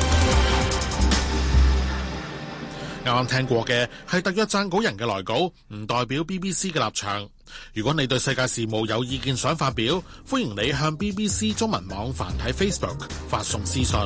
啱啱聽過嘅係特約撰稿人嘅來稿，唔代表 B B C 嘅立場。如果你對世界事務有意見想發表，歡迎你向 B B C 中文網繁體 Facebook 發送私信。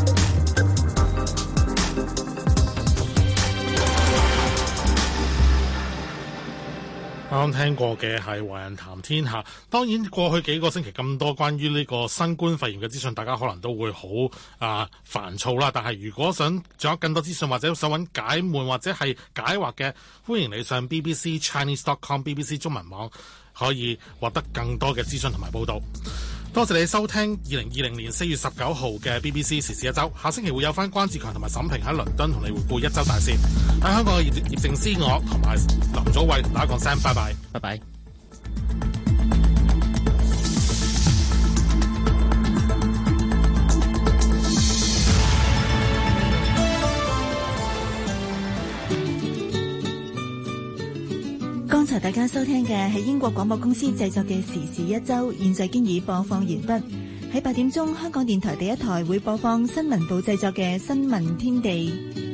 啱啱聽過嘅係華人談天下。當然過去幾個星期咁多關於呢個新冠肺炎嘅資訊，大家可能都會好啊煩躁啦。但係如果想掌握更多資訊，或者想揾解悶或者係解惑嘅，歡迎你上 B B C Chinese dot com B B C 中文網，可以獲得更多嘅資訊同埋報道。 多謝你收聽二零二零年四月十九號嘅 B B C 時事一周。下星期會有翻關志強同埋沈平喺倫敦同你回顧一周大事。喺香港嘅葉葉正思我同埋林祖偉同大家講聲拜拜， 拜拜。 剛才大家收聽嘅係英國廣播公司製作嘅時事一周，現在經已播放完畢。喺八點鐘，香港電台第一台會播放新聞部製作嘅新聞天地。